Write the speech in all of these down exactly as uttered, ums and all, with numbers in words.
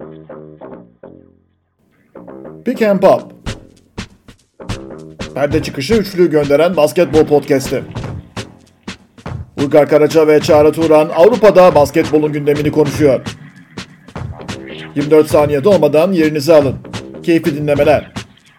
Pick and Pop. Perde çıkışı üçlüyü gönderen basketbol podcast'i. Uygar Karaca ve Çağrı Turan Avrupa'da basketbolun gündemini konuşuyor. yirmi dört saniyede olmadan yerinizi alın. Keyifli dinlemeler.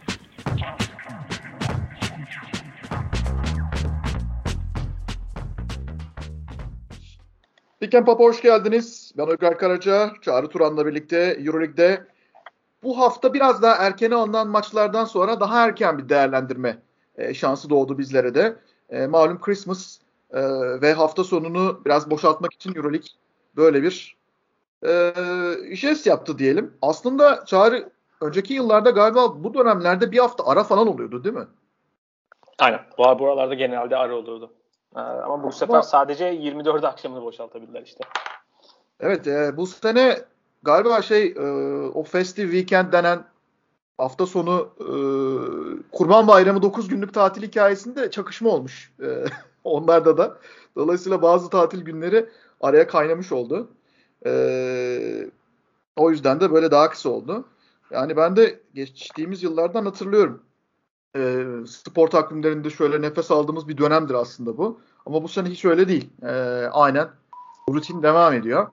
Pick and Pop'a hoş geldiniz. Ben Uygar Karaca, Çağrı Turan'la birlikte Euroleague'de bu hafta biraz daha erkene alınan maçlardan sonra daha erken bir değerlendirme e, şansı doğdu bizlere de. E, malum Christmas e, ve hafta sonunu biraz boşaltmak için Euroleague böyle bir e, jest yaptı diyelim. Aslında Çağrı, önceki yıllarda galiba bu dönemlerde bir hafta ara falan oluyordu değil mi? Aynen. Bu buralarda genelde ara olurdu. Ee, ama bu sefer ama, sadece yirmi dört akşamını boşaltabildiler işte. Evet, e, bu sene galiba şey e, o Festive Weekend denen hafta sonu e, Kurban Bayramı dokuz günlük tatil hikayesinde çakışma olmuş. E, onlarda da. Dolayısıyla bazı tatil günleri araya kaynamış oldu. E, o yüzden de böyle daha kısa oldu. Yani ben de geçtiğimiz yıllardan hatırlıyorum. E, spor takvimlerinde şöyle nefes aldığımız bir dönemdir aslında bu. Ama bu sene hiç öyle değil. E, aynen rutin devam ediyor.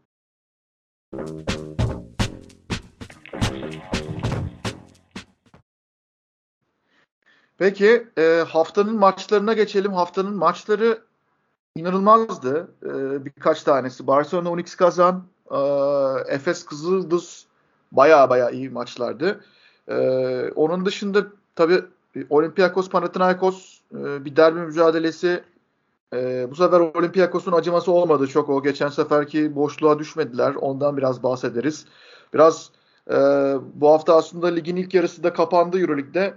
Peki e, haftanın maçlarına geçelim. Haftanın maçları inanılmazdı. E, birkaç tanesi. Barcelona on iki Kazan, e, Efes Kızıldız baya baya iyi maçlardı. E, onun dışında tabii Olympiakos Panathinaikos e, bir derbi mücadelesi. E, bu sefer Olympiakos'un acıması olmadı çok. O geçen seferki boşluğa düşmediler. Ondan biraz bahsederiz. Biraz e, bu hafta aslında ligin ilk yarısı da kapandı Euroleague'de.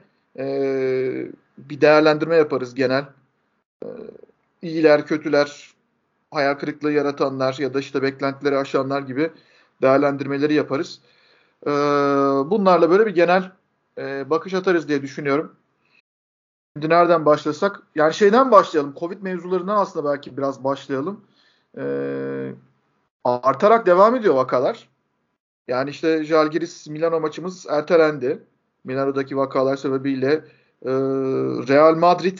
Ee, bir değerlendirme yaparız genel. Ee, iyiler, kötüler, hayal kırıklığı yaratanlar ya da işte beklentileri aşanlar gibi değerlendirmeleri yaparız. Ee, bunlarla böyle bir genel e, bakış atarız diye düşünüyorum. Şimdi nereden başlasak? Yani şeyden başlayalım. Covid mevzularından aslında belki biraz başlayalım. Ee, artarak devam ediyor vakalar. Yani işte Žalgiris Milano maçımız ertelendi. Milano'daki vakalar sebebiyle e, Real Madrid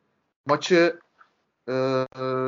maçı e,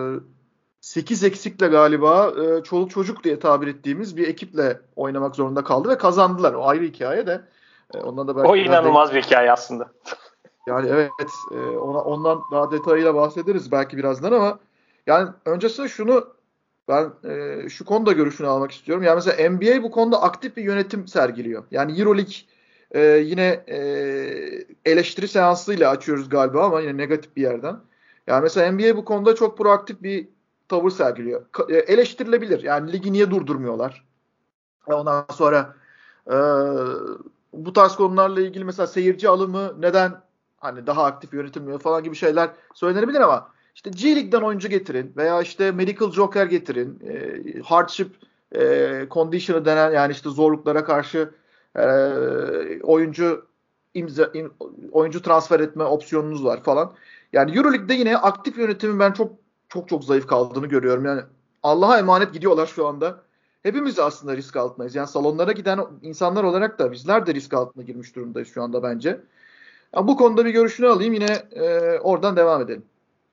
sekiz eksikle galiba e, çoluk çocuk diye tabir ettiğimiz bir ekiple oynamak zorunda kaldı ve kazandılar. O ayrı hikaye de. E, ondan da belki o inanılmaz de... bir hikaye aslında. Yani evet, e, ona, ondan daha detayıyla bahsederiz belki birazdan ama yani öncesinde şunu ben e, şu konuda görüşünü almak istiyorum. Yani mesela N B A bu konuda aktif bir yönetim sergiliyor. Yani Euroleague e, yine e, eleştiri seansıyla açıyoruz galiba ama yine negatif bir yerden. Yani mesela N B A bu konuda çok proaktif bir tavır sergiliyor. Ka- e, eleştirilebilir. Yani ligi niye durdurmuyorlar? E, ondan sonra e, bu tarz konularla ilgili mesela seyirci alımı neden hani daha aktif yönetilmiyor falan gibi şeyler söylenebilir ama işte G League'den oyuncu getirin veya işte medical joker getirin. E, hardship e, condition'ı denen yani işte zorluklara karşı e, oyuncu imza im, oyuncu transfer etme opsiyonunuz var falan. Yani EuroLeague'de yine aktif yönetimin ben çok çok çok zayıf kaldığını görüyorum. Yani Allah'a emanet gidiyorlar şu anda. Hepimiz aslında risk altındayız. Yani salonlara giden insanlar olarak da bizler de risk altına girmiş durumdayız şu anda bence. Yani bu konuda bir görüşünü alayım. Yine e, oradan devam edelim.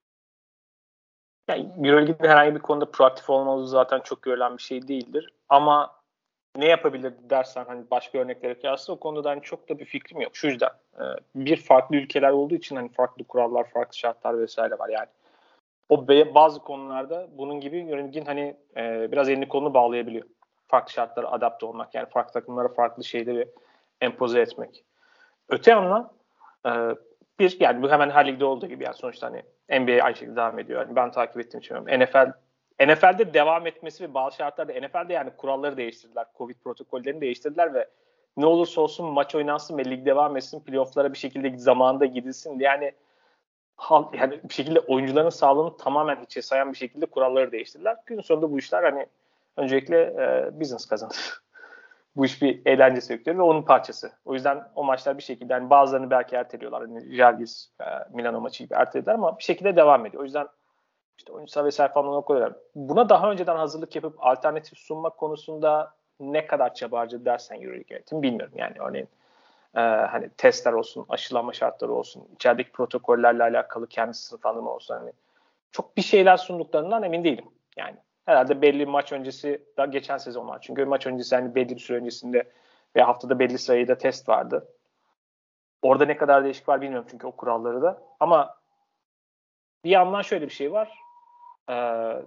Yani Euroleague'de herhangi bir konuda proaktif olmalı zaten çok görülen bir şey değildir. Ama ne yapabilirdi dersen hani başka örneklere kıyasla o konuda hani çok da bir fikrim yok. Şu yüzden e, bir farklı ülkeler olduğu için hani farklı kurallar, farklı şartlar vesaire var yani. O bazı konularda bunun gibi Euroleague'in hani e, biraz elini kolunu bağlayabiliyor. Farklı şartlara adapte olmak yani farklı takımlara farklı şeyleri empoze etmek. Öte yandan e, bir yani bu hemen her ligde olduğu gibi yani sonuçta hani N B A aynı şekilde devam ediyor. Yani ben takip ettiğim için N F L N F L'de devam etmesi ve bazı şartlarda N F L'de yani kuralları değiştirdiler. Covid protokollerini değiştirdiler ve ne olursa olsun maç oynansın ve lig devam etsin. Playoff'lara bir şekilde zamanında gidilsin. Yani yani bir şekilde oyuncuların sağlığını tamamen hiçe sayan bir şekilde kuralları değiştirdiler. Gün sonunda bu işler hani öncelikle e, business kazanır. Bu iş bir eğlence sektörü ve onun parçası. O yüzden o maçlar bir şekilde yani bazılarını belki erteliyorlar. Hani Žalgiris, e, Milano maçı gibi ertelediler ama bir şekilde devam ediyor. O yüzden işte oyuncular vesaire falan ona koyuyorlar. Buna daha önceden hazırlık yapıp alternatif sunmak konusunda ne kadar çaba harcadı dersen EuroLeague yönetimi bilmiyorum. Yani örneğin e, hani testler olsun, aşılama şartları olsun, içerideki protokollerle alakalı kendi sınıflandırma olsun. Hani çok bir şeyler sunduklarından emin değilim. Yani herhalde belli maç öncesi, daha geçen sezon var. Çünkü maç öncesi hani belli bir süre öncesinde ve haftada belli sayıda test vardı. Orada ne kadar değişik var bilmiyorum çünkü o kuralları da. Ama bir yandan şöyle bir şey var. Ee,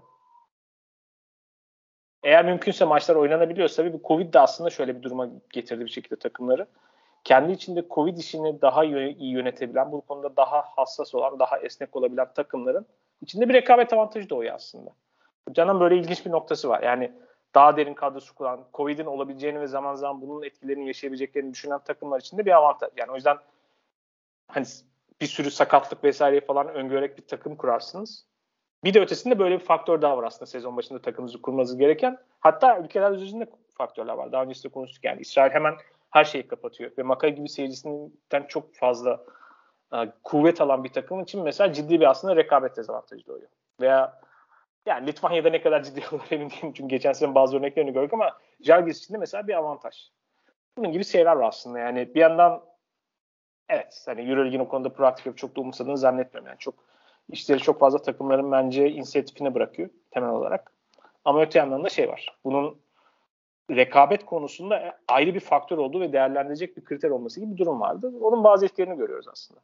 eğer mümkünse maçlar oynanabiliyorsa tabii bu Covid de aslında şöyle bir duruma getirdi bir şekilde takımları. Kendi içinde Covid işini daha iyi yönetebilen, bu konuda daha hassas olan, daha esnek olabilen takımların içinde bir rekabet avantajı doğuyor aslında. Can'ın böyle ilginç bir noktası var. Yani daha derin kadrosu kuran, Covid'in olabileceğini ve zaman zaman bunun etkilerini yaşayabileceklerini düşünen takımlar için de bir avantaj. Yani o yüzden hani bir sürü sakatlık vesaire falan öngörerek bir takım kurarsınız. Bir de ötesinde böyle bir faktör daha var aslında sezon başında takımınızı kurmanız gereken. Hatta ülkeler üzerinde faktörler var. Daha öncesinde konuştuk yani. İsrail hemen her şeyi kapatıyor. Ve Maccabi gibi seyircisinden çok fazla uh, kuvvet alan bir takım için mesela ciddi bir aslında rekabet dezavantajı doğuyor. Veya yani Litvanya'da ne kadar ciddi olur emin değilim. Çünkü geçen sene bazı örneklerini gördük ama Žalgiris için de mesela bir avantaj. Bunun gibi şeyler var aslında. Yani bir yandan evet hani EuroLeague'in o konuda proaktif çok da umursadığını zannetmiyorum. Yani çok işleri çok fazla takımların bence inisiyatifine bırakıyor temel olarak. Ama öte yandan da şey var. Bunun rekabet konusunda ayrı bir faktör olduğu ve değerlendirecek bir kriter olması gibi bir durum vardı. Onun bazı etkilerini görüyoruz aslında.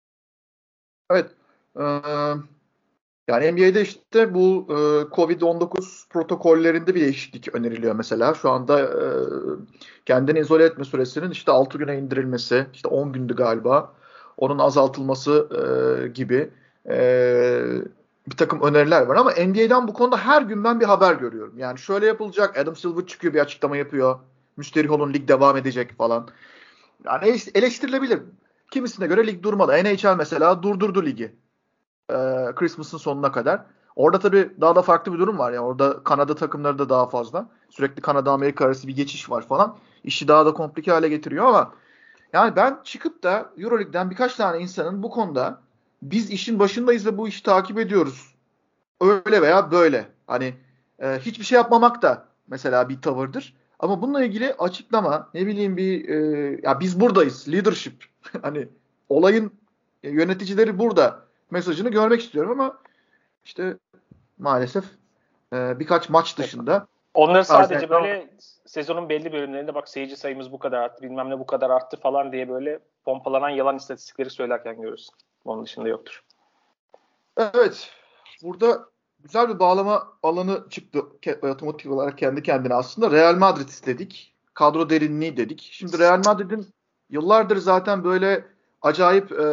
Evet. Ee, yani N B A'de işte bu e, covid on dokuz protokollerinde bir değişiklik öneriliyor mesela. Şu anda e, kendini izole etme süresinin işte altı güne indirilmesi, işte on gündü galiba. Onun azaltılması e, gibi e, bir takım öneriler var. Ama N B A'den bu konuda her gün ben bir haber görüyorum. Yani şöyle yapılacak, Adam Silver çıkıyor bir açıklama yapıyor. Müsterih olun, lig devam edecek falan. Yani eleştirilebilir. Kimisine göre lig durmalı. N H L mesela durdurdu ligi. Ee, Christmas'ın sonuna kadar. Orada tabii daha da farklı bir durum var. Yani orada Kanada takımları da daha fazla. Sürekli Kanada-Amerika arası bir geçiş var falan. İşi daha da komplike hale getiriyor ama yani ben çıkıp da EuroLeague'den birkaç tane insanın bu konuda biz işin başındayız ve bu işi takip ediyoruz. Öyle veya böyle. Hani e, hiçbir şey yapmamak da mesela bir tavırdır. Ama bununla ilgili açıklama, ne bileyim bir e, ya biz buradayız, leadership. Hani olayın yöneticileri burada mesajını görmek istiyorum ama işte maalesef e, birkaç maç dışında onları sadece Arsenal... böyle sezonun belli bölümlerinde bak seyirci sayımız bu kadar arttı, bilmem ne bu kadar arttı falan diye böyle pompalanan yalan istatistikleri söylerken görürsün. Onun dışında yoktur. Evet. Burada güzel bir bağlama alanı çıktı otomatik olarak kendi kendine aslında. Real Madrid dedik. Kadro derinliği dedik. Şimdi Real Madrid'in yıllardır zaten böyle acayip e,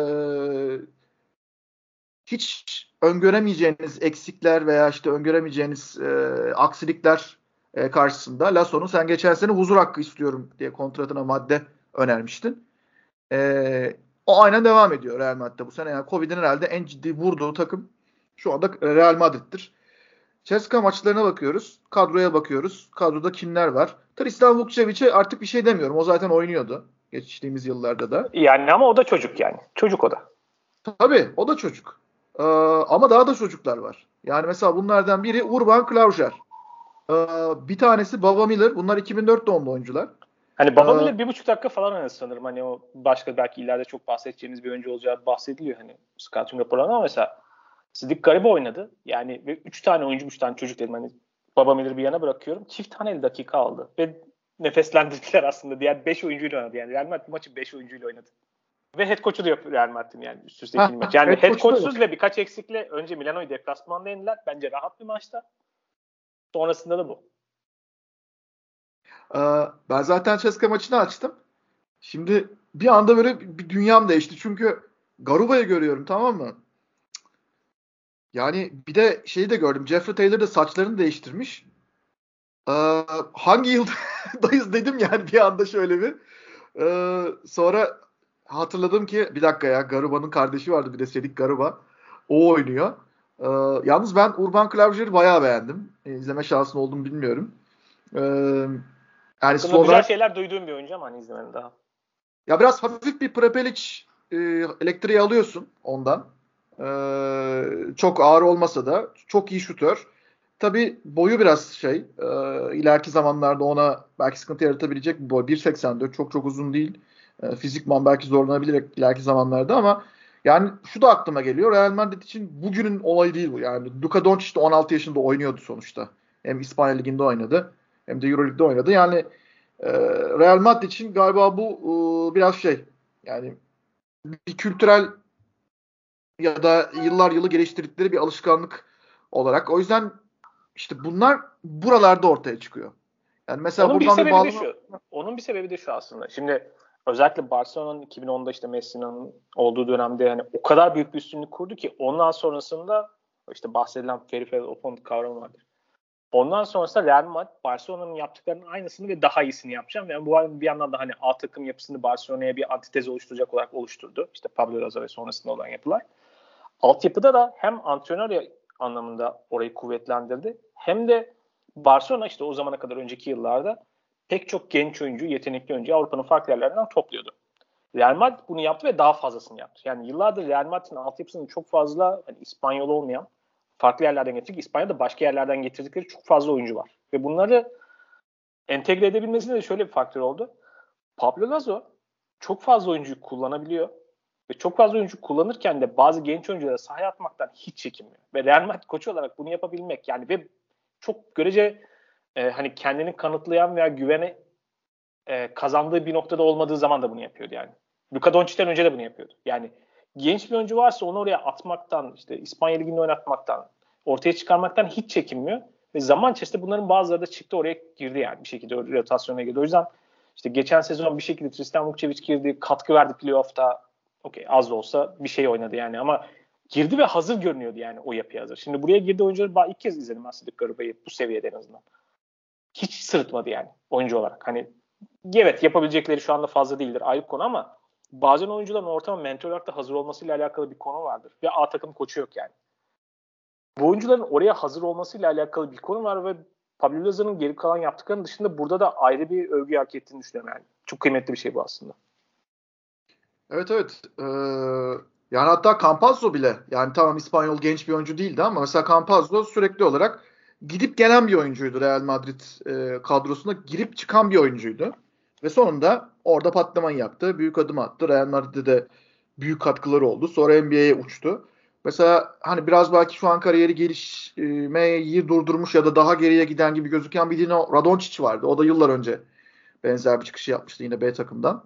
hiç öngöremeyeceğiniz eksikler veya işte öngöremeyeceğiniz e, aksilikler e, karşısında Lasso'nun sen geçen sene huzur hakkı istiyorum diye kontratına madde önermiştin. E, o aynen devam ediyor Real Madrid'de bu sene. Yani Covid'in herhalde en ciddi vurduğu takım şu anda Real Madrid'dir. C S K A maçlarına bakıyoruz. Kadroya bakıyoruz. Kadroda kimler var? Tristan Vukcevic'e artık bir şey demiyorum. O zaten oynuyordu. Geçtiğimiz yıllarda da. Yani ama o da çocuk yani. Çocuk o da. Tabii o da çocuk. Ee, ama daha da çocuklar var. Yani mesela bunlardan biri Urban Klaujer. Ee, bir tanesi Baba Miller. Bunlar iki bin dört doğumlu oyuncular. Hani Ee, babam bile bir buçuk dakika falan oynadı sanırım. Hani o başka belki ileride çok bahsedeceğimiz bir oyuncu olacağı bahsediliyor. Hani scouting raporlarında ama mesela Sidik Garibe oynadı. Yani ve üç tane oyuncu, üç tane çocuk dedim. Hani Baba Miller'ı bir yana bırakıyorum. Çift taneli dakika aldı. Ve nefeslendirdiler aslında. Diğer beş oyuncuyla oynadı. Yani Real Madrid maçı beş oyuncuyla oynadı. Ve head coach'u da yok Real Madrid'in yani üst üste iki maç. Yani head, head coach'suz ve birkaç eksikle önce Milano'yu deplasmanda yendiler. Bence rahat bir maçta. Sonrasında da bu. Ee, ben zaten C S K A maçını açtım. Şimdi bir anda böyle bir dünyam değişti. Çünkü Garuba'yı görüyorum, tamam mı? Yani bir de şeyi de gördüm. Jeffrey Taylor da saçlarını değiştirmiş. Ee, hangi yıldayız dedim yani bir anda şöyle bir. Ee, sonra hatırladım ki bir dakika ya, Garuba'nın kardeşi vardı bir de, Sedik Garuba. O oynuyor. Ee, yalnız ben Urban Klaujer'i bayağı beğendim. Ee, izleme şansın oldu mu bilmiyorum. Ee, yani Hakkında güzel Slover, şeyler duyduğum bir oyuncu ama hani izlemedim daha. ya biraz hafif bir Prepelic e, elektriği alıyorsun ondan. Ee, çok ağır olmasa da çok iyi şutör. tabii boyu biraz şey, e, ileriki zamanlarda ona belki sıkıntı yaratabilecek bir boy. bir seksen dört çok çok uzun değil. E, fizikman belki zorlanabilir ileriki zamanlarda ama yani şu da aklıma geliyor. Real Madrid için bugünün olayı değil bu. Yani Luka Doncic de on altı yaşında oynuyordu sonuçta. Hem İspanya Ligi'nde oynadı hem de Euro Lig'de oynadı. Yani e, Real Madrid için galiba bu e, biraz şey, yani bir kültürel ya da yıllar yılı geliştirdikleri bir alışkanlık olarak. O yüzden işte bunlar buralarda ortaya çıkıyor. Yani mesela Onun bir buradan bir sebebi de bağlama. şu. Onun bir sebebi de şu aslında. Şimdi özellikle Barcelona'nın iki bin onda işte Messi'nin olduğu dönemde yani o kadar büyük bir üstünlük kurdu ki ondan sonrasında işte bahsedilen peripheral opponent kavramı vardır. Ondan sonrasında Real Madrid Barcelona'nın yaptıklarının aynısını ve daha iyisini yapacağım. Yani bu bir yandan da hani A takım yapısını Barcelona'ya bir antitez oluşturacak olarak oluşturdu. İşte Pablo Laso ve sonrasında olan yapılar. Altyapıda da hem antrenör anlamında orayı kuvvetlendirdi hem de Barcelona işte o zamana kadar önceki yıllarda pek çok genç oyuncu, yetenekli oyuncu Avrupa'nın farklı yerlerinden topluyordu. Real Madrid bunu yaptı ve daha fazlasını yaptı. Yani yıllardır Real Madrid'in altyapısının çok fazla hani İspanyol olmayan farklı yerlerden getirdik. İspanya'da başka yerlerden getirdikleri çok fazla oyuncu var. Ve bunları entegre edebilmesinde de şöyle bir faktör oldu. Pablo Laso çok fazla oyuncuyu kullanabiliyor. Ve çok fazla oyuncu kullanırken de bazı genç oyunculara sahaya atmaktan hiç çekinmiyor. Ve Real Madrid koçu olarak bunu yapabilmek yani ve çok görece e, hani kendini kanıtlayan veya güvene e, kazandığı bir noktada olmadığı zaman da bunu yapıyordu yani. Luka Doncic'ten önce de bunu yapıyordu. Yani genç bir oyuncu varsa onu oraya atmaktan, işte İspanya Ligi'nde oynatmaktan, ortaya çıkarmaktan hiç çekinmiyor. Ve zaman içerisinde bunların bazıları da çıktı oraya girdi yani bir şekilde rotasyona girdi. O yüzden işte geçen sezon bir şekilde Tristan Vukcevic girdi, katkı verdi playoff'ta. Okey az da olsa bir şey oynadı yani ama girdi ve hazır görünüyordu yani o yapıya hazır. Şimdi buraya girdi oyuncuları ben ilk kez izledim aslında Gariba'yı bu seviyede en azından. Hiç sırıtmadı yani oyuncu olarak. Hani evet yapabilecekleri şu anda fazla değildir ayrı konu ama bazen oyuncuların ortama mentor olarak da hazır olmasıyla alakalı bir konu vardır. Ve A takım koçu yok yani. Bu oyuncuların oraya hazır olmasıyla alakalı bir konu var ve Pablo Laso'nun geri kalan yaptıklarının dışında burada da ayrı bir övgü hak ettiğini düşünüyorum yani. Çok kıymetli bir şey bu aslında. Evet, evet. Ee, yani hatta Campazzo bile, yani tamam İspanyol genç bir oyuncu değildi ama mesela Campazzo sürekli olarak gidip gelen bir oyuncuydu Real Madrid e, kadrosuna girip çıkan bir oyuncuydu. Ve sonunda orada patlamayı yaptı. Büyük adım attı. Real Madrid'de de büyük katkıları oldu. Sonra N B A'ye uçtu. Mesela hani biraz belki şu an kariyeri gelişmeyi durdurmuş ya da daha geriye giden gibi gözüken bir Dino Radončić vardı. O da yıllar önce benzer bir çıkışı yapmıştı yine B takımdan.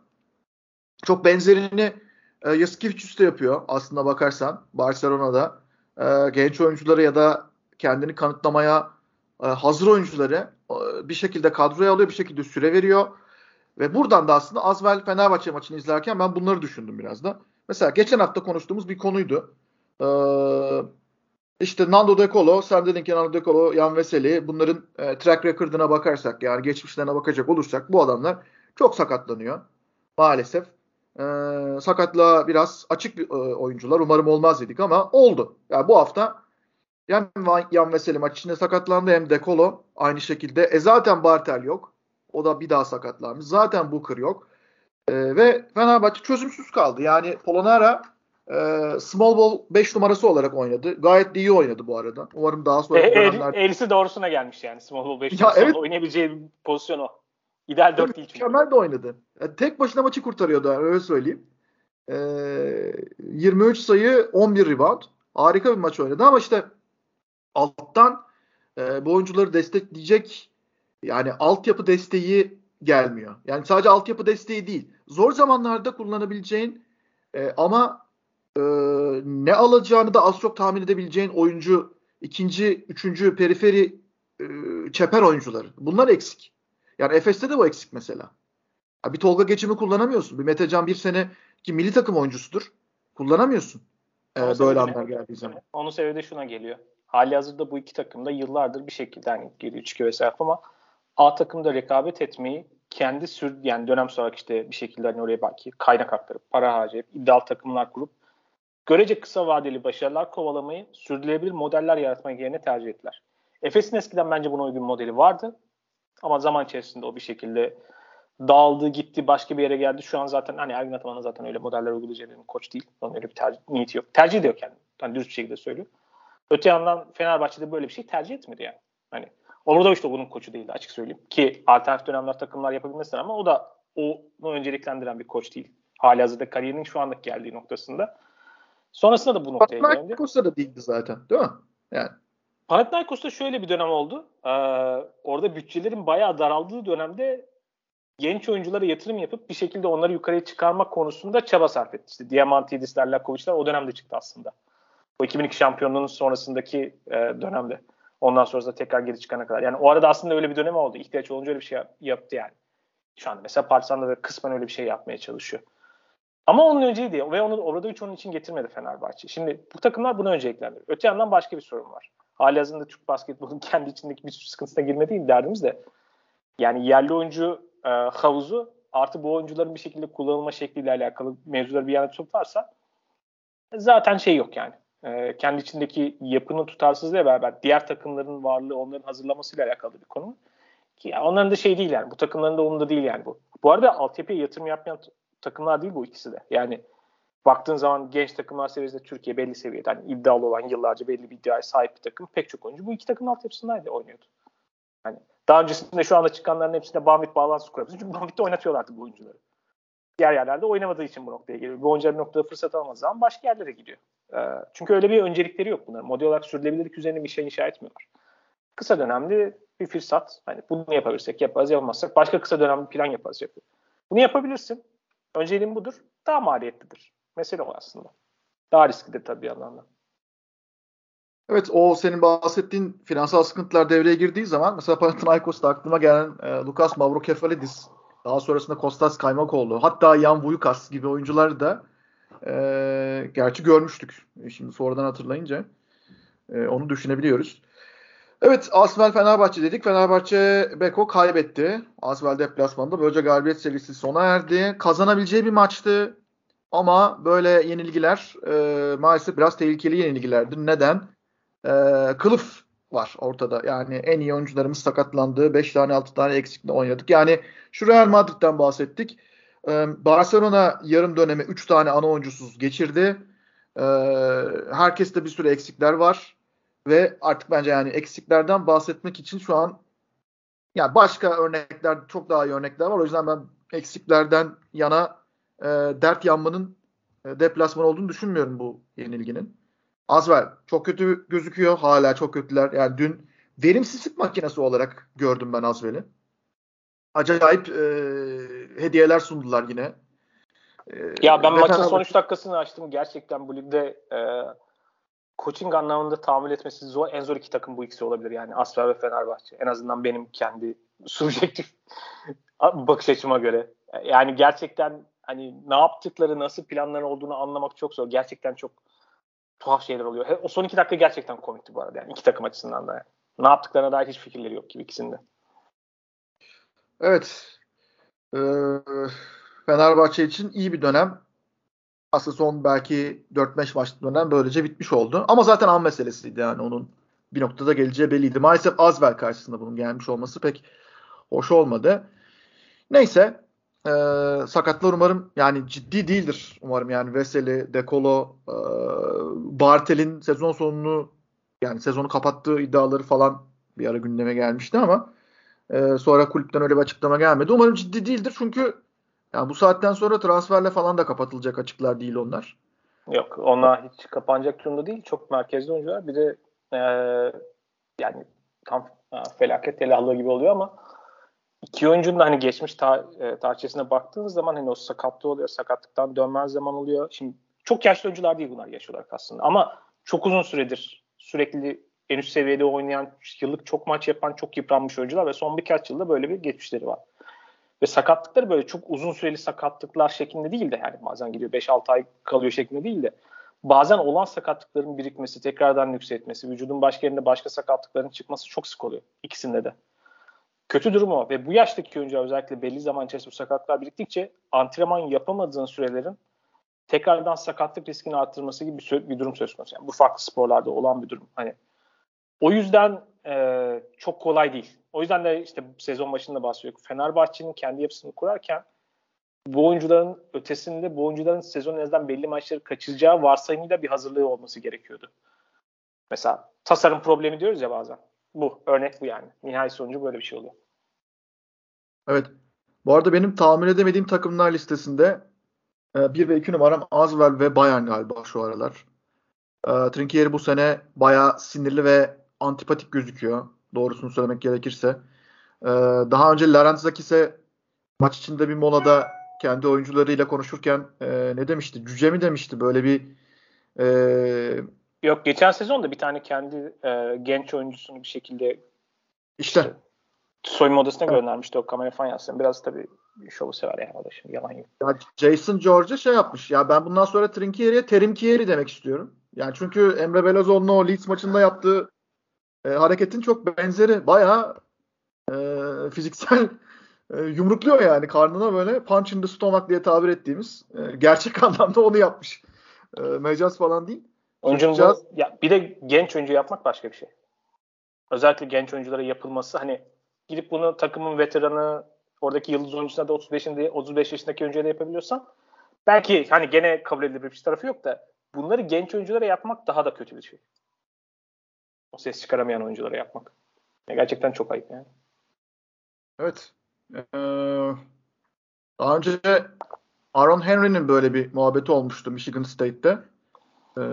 Çok benzerini e, Yasikevicius de yapıyor aslında bakarsan Barcelona'da. E, genç oyuncuları ya da kendini kanıtlamaya e, hazır oyuncuları e, bir şekilde kadroya alıyor, bir şekilde süre veriyor. Ve buradan da aslında az evvel Fenerbahçe maçını izlerken ben bunları düşündüm biraz da. Mesela geçen hafta konuştuğumuz bir konuydu. Ee, işte Nando De Colo, sen dedin ki Nando De Colo, Yan Veseli, bunların e, track record'ına bakarsak, yani geçmişlerine bakacak olursak bu adamlar çok sakatlanıyor maalesef. Ee, sakatlığa biraz açık bir e, oyuncular. Umarım olmaz dedik ama oldu. Yani bu hafta hem Yan Veseli maç içinde sakatlandı hem De Colo aynı şekilde. E zaten Bartel yok. O da bir daha sakatlanmış. Zaten Booker yok. E, ve Fenerbahçe çözümsüz kaldı. Yani Polonara e, small ball beş numarası olarak oynadı. Gayet de iyi oynadı bu arada. Umarım daha E, sonraki el, dönemlerde... elisi doğrusuna gelmiş yani. Small ball beş Ya evet, numarasında oynayabileceği bir pozisyon o. İdeal tabii dört değil çünkü. mükemmel de oynadı. Yani tek başına maçı kurtarıyordu, yani öyle söyleyeyim. E, yirmi üç sayı, on bir rebound. Harika bir maç oynadı ama işte alttan e, bu oyuncuları destekleyecek, yani altyapı desteği gelmiyor. Yani sadece altyapı desteği değil. Zor zamanlarda kullanabileceğin e, ama e, ne alacağını da az çok tahmin edebileceğin oyuncu, ikinci, üçüncü periferi e, çeper oyuncuları. Bunlar eksik. Yani Efes'te de bu eksik mesela. Ya bir Tolga Geçim'i kullanamıyorsun. Bir Metecan bir sene ki milli takım oyuncusudur. Kullanamıyorsun. Onun E, böyle sebebi ne? anlar geldiği zaman. Onun sebebi de şuna geliyor. Hali hazırda bu iki takım da yıllardır bir şekilde hani geliyor çıkıyor vesaire ama A takımda rekabet etmeyi kendi sür yani dönem sonra işte bir şekilde hani oraya belki kaynak aktarıp para harcayıp iddialı takımlar kurup görece kısa vadeli başarılar kovalamayı sürdürülebilir modeller yaratmak yerine tercih ettiler. Efes'in eskiden bence buna uygun modeli vardı ama zaman içerisinde o bir şekilde dağıldı gitti başka bir yere geldi. Şu an zaten hani Ergin Ataman'ın zaten öyle modeller uygulayacak bir koç değil. Onun öyle bir tercih, niyeti yok. Tercih de yok yani. Hani düz bir şekilde söylüyor. Öte yandan Fenerbahçe'de böyle bir şey tercih etmedi yani. Hani Obradoviç işte bunun koçu değildi açık söyleyeyim. Ki alternatif dönemler takımlar yapabilmesin ama o da onu önceliklendiren bir koç değil. Halihazırda kariyerinin şu andaki geldiği noktasında. Sonrasında da bu noktaya geldi. Panathinaikos'ta da değildi zaten değil mi? Yani. Panathinaikos'ta şöyle bir dönem oldu. Ee, orada bütçelerin bayağı daraldığı dönemde genç oyunculara yatırım yapıp bir şekilde onları yukarıya çıkarmak konusunda çaba sarf etti. İşte Diamantidisler, Lakovic'ler o dönemde çıktı aslında. O iki bin iki şampiyonluğunun sonrasındaki e, dönemde. Ondan sonra da tekrar geri çıkana kadar. Yani o arada aslında öyle bir dönem oldu. İhtiyaç olunca öyle bir şey yap, yaptı yani. Şu anda mesela Partizan'da da kısmen öyle bir şey yapmaya çalışıyor. Ama onun önceydi ve onu Obradoviç onun için getirmedi Fenerbahçe. Şimdi bu takımlar buna önceliklendi. Öte yandan başka bir sorun var. Halihazırda Türk basketbolunun kendi içindeki bir sürü sıkıntısına girme değil derdimiz de. Yani yerli oyuncu e, havuzu artı bu oyuncuların bir şekilde kullanılma şekliyle alakalı mevzuları bir yana tutarsa zaten şey yok yani. E, kendi içindeki yapının tutarsızlığıyla beraber diğer takımların varlığı onların hazırlamasıyla alakalı bir konu. Ki yani onların da şey değil yani. Bu takımların da umurunda değil yani bu. Bu arada altyapıya yatırım yapmayan t- takımlar değil bu ikisi de. Yani baktığın zaman genç takımlar seviyesinde Türkiye belli seviyede hani iddialı olan yıllarca belli bir iddiaya sahip bir takım. Pek çok oyuncu bu iki takımın altyapısındaydı oynuyordu. Hani daha öncesinde şu anda çıkanların hepsinde Banvit bağlantısı kurabilir. Çünkü Banvit'te oynatıyorlardı bu oyuncuları. Diğer yerlerde oynamadığı için bu noktaya geliyor. Bu oyuncular bir noktada fırsat almadığı zaman başka yerlere gidiyor. Ee, çünkü öyle bir öncelikleri yok bunların. Model olarak sürdürülebilirlik üzerine bir şey inşa etmiyorlar. Kısa dönemli bir fırsat. Hani bunu yapabilirsek yaparız, yapamazsak başka kısa dönemli plan yaparız. Yaparız. Bunu yapabilirsin. Önceliğin budur. Daha maliyetlidir. Mesele o aslında. Daha risklidir tabii bir yandan da. Evet, o senin bahsettiğin finansal sıkıntılar devreye girdiği zaman mesela Panathinaikos'ta aklıma gelen e, Lukas Mavrokefalidis, daha sonrasında Kostas Kaymakoğlu, hatta Jan Vujkas gibi oyuncuları da e, gerçi görmüştük. E, şimdi sonradan hatırlayınca e, onu düşünebiliyoruz. Evet, Asvel Fenerbahçe dedik. Fenerbahçe Beko kaybetti. Asvel deplasmanda. Böylece galibiyet serisi sona erdi. Kazanabileceği bir maçtı. Ama böyle yenilgiler e, maalesef biraz tehlikeli yenilgilerdir. Neden? E, kılıf var ortada. Yani en iyi oyuncularımız sakatlandı. beş tane altı tane eksikle oynadık. Yani şu Real Madrid'den bahsettik. E, Barcelona yarım dönemi üç tane ana oyuncusuz geçirdi. E, herkeste bir sürü eksikler var. Ve artık bence yani eksiklerden bahsetmek için şu an yani başka örnekler, çok daha iyi örnekler var. O yüzden ben eksiklerden yana e, dert yanmanın e, deplasman olduğunu düşünmüyorum bu yenilginin. Asvel çok kötü gözüküyor. Hala çok kötüler. Yani dün verimsizlik makinesi olarak gördüm ben Asvel'i. Acayip e, hediyeler sundular yine. E, Ya ben ve maçın son Fenerbahçe üç dakikasını açtım. Gerçekten bu ligde e, coaching anlamında tahammül etmesi zor, en zor iki takım bu ikisi olabilir. Yani Asfer ve Fenerbahçe. En azından benim kendi subjektif bakış açıma göre. Yani gerçekten hani ne yaptıkları, nasıl planları olduğunu anlamak çok zor. Gerçekten çok tuhaf şeyler oluyor. O son iki dakika gerçekten komikti bu arada. Yani iki takım açısından da. Yani. Ne yaptıklarına dair hiç fikirleri yok gibi ikisinde. evet, e, Fenerbahçe için iyi bir dönem. Aslında son belki dört beş maçlık dönem böylece bitmiş oldu. Ama zaten an meselesiydi yani onun bir noktada geleceği belliydi. Maalesef Asvel karşısında bunun gelmiş olması pek hoş olmadı. Neyse e, sakatlar umarım yani ciddi değildir umarım yani Veseli, Dekolo, e, Bartel'in sezon sonunu yani sezonu kapattığı iddiaları falan bir ara gündeme gelmişti ama e, sonra kulüpten öyle bir açıklama gelmedi. Umarım ciddi değildir çünkü yani bu saatten sonra transferle falan da kapatılacak açıklar değil onlar. Yok, ona hiç kapanacak durumda değil. Çok merkezli oyuncular. Bir de e, yani tam e, felaket telahlığı gibi oluyor ama İki oyuncunun da hani geçmiş tar- e, tarihçesine baktığınız zaman hani o sakatlığı oluyor, sakatlıktan dönmez zaman oluyor. Şimdi çok yaşlı oyuncular değil bunlar yaş olarak aslında ama çok uzun süredir sürekli en üst seviyede oynayan, yıllık çok maç yapan, çok yıpranmış oyuncular ve son birkaç yılda böyle bir geçmişleri var. Ve sakatlıkları böyle çok uzun süreli sakatlıklar şeklinde değil de yani bazen gidiyor beş altı ay kalıyor şeklinde değil de bazen olan sakatlıkların birikmesi, tekrardan yükseltmesi, vücudun başka yerinde başka sakatlıkların çıkması çok sık oluyor ikisinde de. Kötü durum o ve bu yaştaki oyuncular özellikle belli zaman içerisinde bu sakatlıklar biriktikçe antrenman yapamadığın sürelerin tekrardan sakatlık riskini arttırması gibi bir, bir durum söz konusu. Yani bu farklı sporlarda olan bir durum. Hani o yüzden e, çok kolay değil. O yüzden de işte sezon başında bahsediyorduk. Fenerbahçe'nin kendi yapısını kurarken bu oyuncuların ötesinde bu oyuncuların sezon en azından belli maçları kaçıracağı varsayımıyla bir hazırlığı olması gerekiyordu. Mesela tasarım problemi diyoruz ya bazen. Bu. Örnek bu yani. Nihai sonucu böyle bir şey oluyor. Evet. Bu arada benim tahmin edemediğim takımlar listesinde bir ve iki numaram Asvel ve Bayern galiba şu aralar. E, Trinkieri bu sene bayağı sinirli ve antipatik gözüküyor. Doğrusunu söylemek gerekirse. E, daha önce Larentzakis'e maç içinde bir molada kendi oyuncularıyla konuşurken e, ne demişti? Cüce mi demişti? Böyle bir e, Yok, geçen sezon da bir tane kendi e, genç oyuncusunu bir şekilde işte, işte soyunma odasına göndermişti, o kamera falan yansın. Biraz tabii şovu sever yani o da, şimdi yalan yok. ya Jason George'a şey yapmış. Ya ben bundan sonra Trinkieri'ye Terimkieri demek istiyorum. Yani çünkü Emre Belözoğlu'nun o Leeds maçında yaptığı e, hareketin çok benzeri. Bayağı e, fiziksel e, yumrukluyor yani karnına, böyle punch in the stomach diye tabir ettiğimiz e, gerçek anlamda onu yapmış. E, mecaz falan değil. Oyuncunun Çocukcağız, bu, ya bir de genç oyuncu yapmak başka bir şey. Özellikle genç oyunculara yapılması, hani gidip bunu takımın veteranı, oradaki yıldız oyuncusuna da otuz beşinde otuz beş yaşındaki oyuncuya da yapabiliyorsan belki hani gene kabul edilebilir bir tarafı yok da, bunları genç oyunculara yapmak daha da kötü bir şey. O ses çıkaramayan oyunculara yapmak. Ya gerçekten çok ayıp yani. evet. Ee, daha önce Aaron Henry'nin böyle bir muhabbeti olmuştu Michigan State'te. Ee,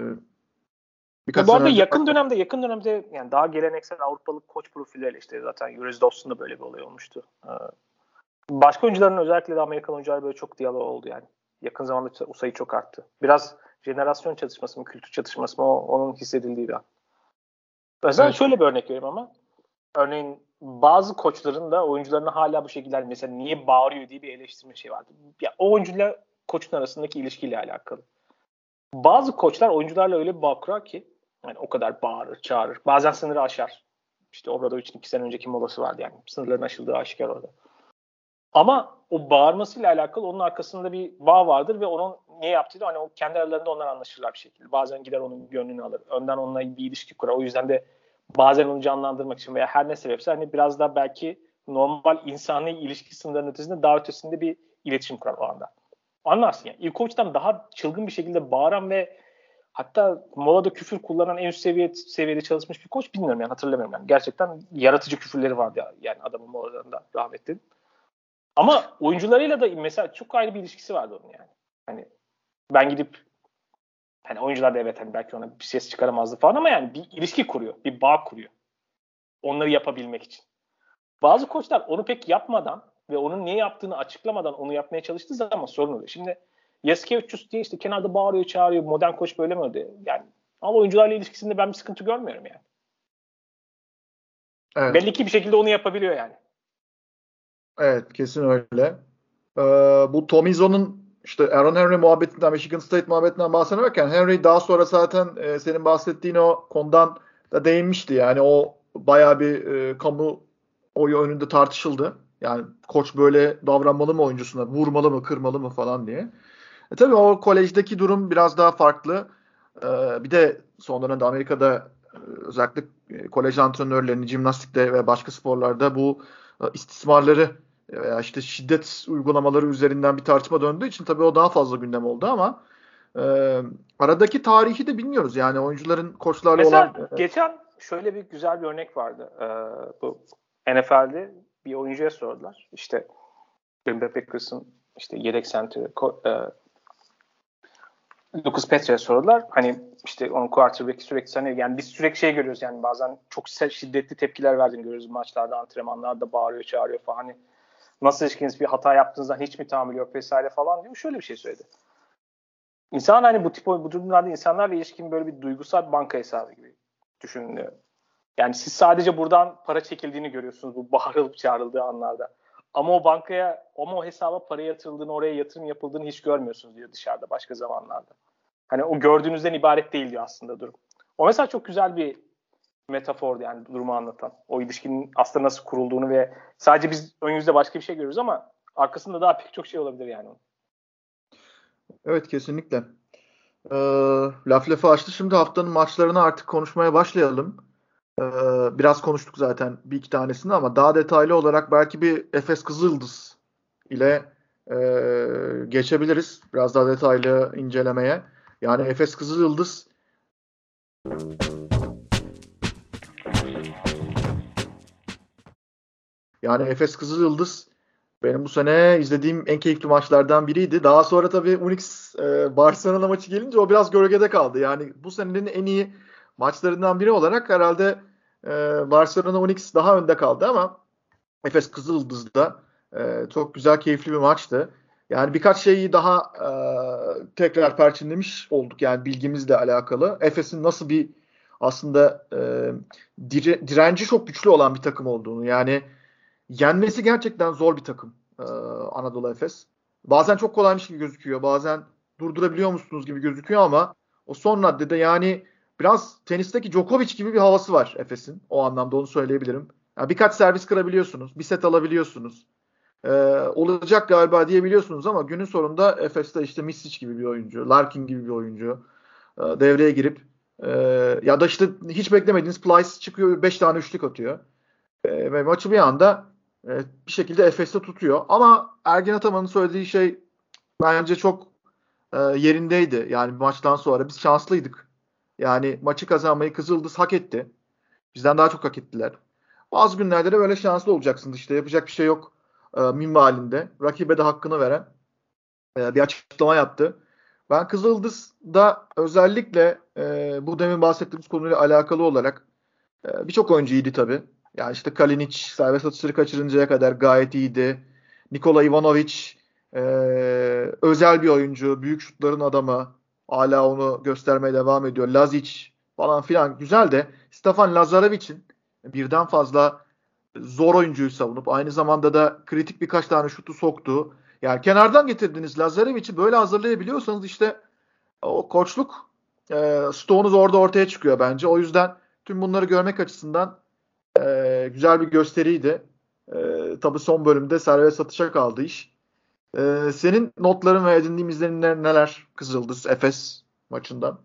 Ya birkaç bu sene arada önce. yakın dönemde yakın dönemde yani daha geleneksel Avrupalı koç profilleriyle, işte zaten Joris Dawson'da böyle bir olay olmuştu. Ee, başka oyuncuların, özellikle de Amerikan oyuncular böyle çok diyalog oldu yani. Yakın zamanda o sayı çok arttı. Biraz jenerasyon çatışması mı, kültür çatışması mı, o, onun hissedildiği bir an. Özellikle Evet. şöyle bir örnek vereyim ama. Örneğin bazı koçların da oyuncularına hala bu şekilde, mesela niye bağırıyor diye bir eleştirme şey vardı. Ya o oyuncuyla koçun arasındaki ilişkiyle alakalı. Bazı koçlar oyuncularla öyle bir bağ kurar ki, yani o kadar bağırır, çağırır. Bazen sınırı aşar. İşte Obradovic'in iki sene önceki molası vardı yani. Sınırların aşıldığı aşikar orada. Ama o bağırmasıyla alakalı onun arkasında bir bağ vardır ve onun niye yaptığı da hani o kendi aralarında onlar anlaşırlar bir şekilde. Bazen gider onun gönlünü alır. Önden onunla bir ilişki kurar. O yüzden de bazen onu canlandırmak için veya her ne sebepse hani biraz daha belki normal insani ilişki sınırlarının ötesinde, daha ötesinde bir iletişim kurar o anda. Anlarsın yani. İlkoç'tan daha çılgın bir şekilde bağıran ve hatta molada küfür kullanan en üst seviye, seviyede çalışmış bir koç bilmiyorum yani, hatırlamıyorum yani. Gerçekten yaratıcı küfürleri vardı yani adamın molalarında, rahmetli. Ama oyuncularıyla da mesela çok ayrı bir ilişkisi vardı onun yani. Hani ben gidip, hani oyuncular da evet hani belki ona bir ses çıkaramazdı falan ama yani bir ilişki kuruyor, bir bağ kuruyor. Onları yapabilmek için. Bazı koçlar onu pek yapmadan ve onun niye yaptığını açıklamadan onu yapmaya çalıştığı zaman sorun oluyor. Şimdi Yasikevicius diye işte kenarda bağırıyor, çağırıyor. Modern koç böyle mi öyle? Yani ama oyuncularla ilişkisinde ben bir sıkıntı görmüyorum yani. Evet. Belli ki bir şekilde onu yapabiliyor yani. Evet, kesin öyle. Ee, bu Tom Izzo'nun işte Aaron Henry muhabbetinden, Michigan State muhabbetinden bahsederken, Henry daha sonra zaten e, senin bahsettiğin o konudan da değinmişti. Yani o bayağı bir e, kamu oyu önünde tartışıldı. Yani koç böyle davranmalı mı oyuncusuna, vurmalı mı, kırmalı mı falan diye. E tabii o kolejdeki durum biraz daha farklı. Ee, bir de son dönemde Amerika'da e, özellikle e, kolej antrenörlerinin jimnastikte ve başka sporlarda bu e, istismarları veya işte şiddet uygulamaları üzerinden bir tartışma döndüğü için tabii o daha fazla gündem oldu ama e, aradaki tarihi de bilmiyoruz. Yani oyuncuların koçlarla olan Mesela geçen şöyle bir güzel bir örnek vardı. Ee, bu N F L'de bir oyuncuya sordular. İşte Green Bay Packers'ın işte yedek center'ı e, Lucas Petra'ya sordular. Hani işte onun quarterback'i sürekli sanıyor. Yani biz sürekli şey görüyoruz yani, bazen çok şiddetli tepkiler verdiğini görüyoruz maçlarda, antrenmanlarda bağırıyor, çağırıyor falan. Hani nasıl ilişkiniz, bir hata yaptığınızdan hiç mi tahammül yok vesaire falan diyor. Şöyle bir şey söyledi. İnsan hani bu tip bu durumlarda insanlarla ilişkin böyle bir duygusal bir banka hesabı gibi düşünülüyor. Yani siz sadece buradan para çekildiğini görüyorsunuz bu bağırılıp çağrıldığı anlarda. Ama o bankaya, ama o hesaba para yatırıldığını, oraya yatırım yapıldığını hiç görmüyorsunuz diyor dışarıda başka zamanlarda. Hani o gördüğünüzden ibaret değil diyor aslında durum. O mesela çok güzel bir metafordu yani durumu anlatan. O ilişkinin aslında nasıl kurulduğunu ve sadece biz önümüzde başka bir şey görüyoruz ama arkasında daha pek çok şey olabilir yani. evet, kesinlikle. Ee, laf lafı açtı. Şimdi haftanın maçlarını artık konuşmaya başlayalım. Ee, biraz konuştuk zaten bir iki tanesini ama daha detaylı olarak belki bir Efes Kızıldız ile e, geçebiliriz. Biraz daha detaylı incelemeye. Yani Efes Kızılyıldız Yani Efes Kızılyıldız benim bu sene izlediğim en keyifli maçlardan biriydi. Daha sonra tabii Unix e, Barcelona maçı gelince o biraz gölgede kaldı. Yani bu senenin en iyi maçlarından biri olarak herhalde e, Barcelona Unix daha önde kaldı ama Efes Kızılyıldız'da e, çok güzel, keyifli bir maçtı. Yani birkaç şeyi daha e, tekrar perçinlemiş olduk yani bilgimizle alakalı. Efes'in nasıl bir aslında e, dire, direnci çok güçlü olan bir takım olduğunu, yani yenmesi gerçekten zor bir takım e, Anadolu Efes. Bazen çok kolaymış gibi gözüküyor, bazen durdurabiliyor musunuz gibi gözüküyor ama o son raddede yani biraz tenisteki Djokovic gibi bir havası var Efes'in. O anlamda onu söyleyebilirim. Yani birkaç servis kırabiliyorsunuz. Bir set alabiliyorsunuz. Ee, olacak galiba diyebiliyorsunuz ama günün sonunda Efes'te işte Misic gibi bir oyuncu, Larkin gibi bir oyuncu e, devreye girip e, ya da işte hiç beklemediğiniz Plyce çıkıyor, beş tane üçlük atıyor. E, ve maçı bir anda e, bir şekilde Efes'te tutuyor. Ama Ergin Ataman'ın söylediği şey bence çok e, yerindeydi. Yani maçtan sonra biz şanslıydık. Yani maçı kazanmayı Kızıldız hak etti. Bizden daha çok hak ettiler. Bazı günlerde de böyle şanslı olacaksınız işte. Yapacak bir şey yok e, minvalinde. Rakibe de hakkını veren e, bir açıklama yaptı. Ben Kızıldız'da özellikle e, bu demin bahsettiğimiz konuyla alakalı olarak e, birçok oyuncu iyiydi tabii. Yani işte Kalinic serbest atışları kaçırıncaya kadar gayet iyiydi. Nikola Ivanovic e, özel bir oyuncu. Büyük şutların adamı. Hala onu göstermeye devam ediyor. Lazic falan filan güzel de Stefan Lazarevic'in birden fazla zor oyuncuyu savunup aynı zamanda da kritik birkaç tane şutu soktuğu. Yani kenardan getirdiğiniz Lazarevic'i böyle hazırlayabiliyorsanız işte o koçluk e, stoğunuz orada ortaya çıkıyor bence. O yüzden tüm bunları görmek açısından e, güzel bir gösteriydi. E, tabii son bölümde serbest satışa kaldı iş. E, senin notların ve edindiğin izlenimler neler Kızıldız Efes maçından?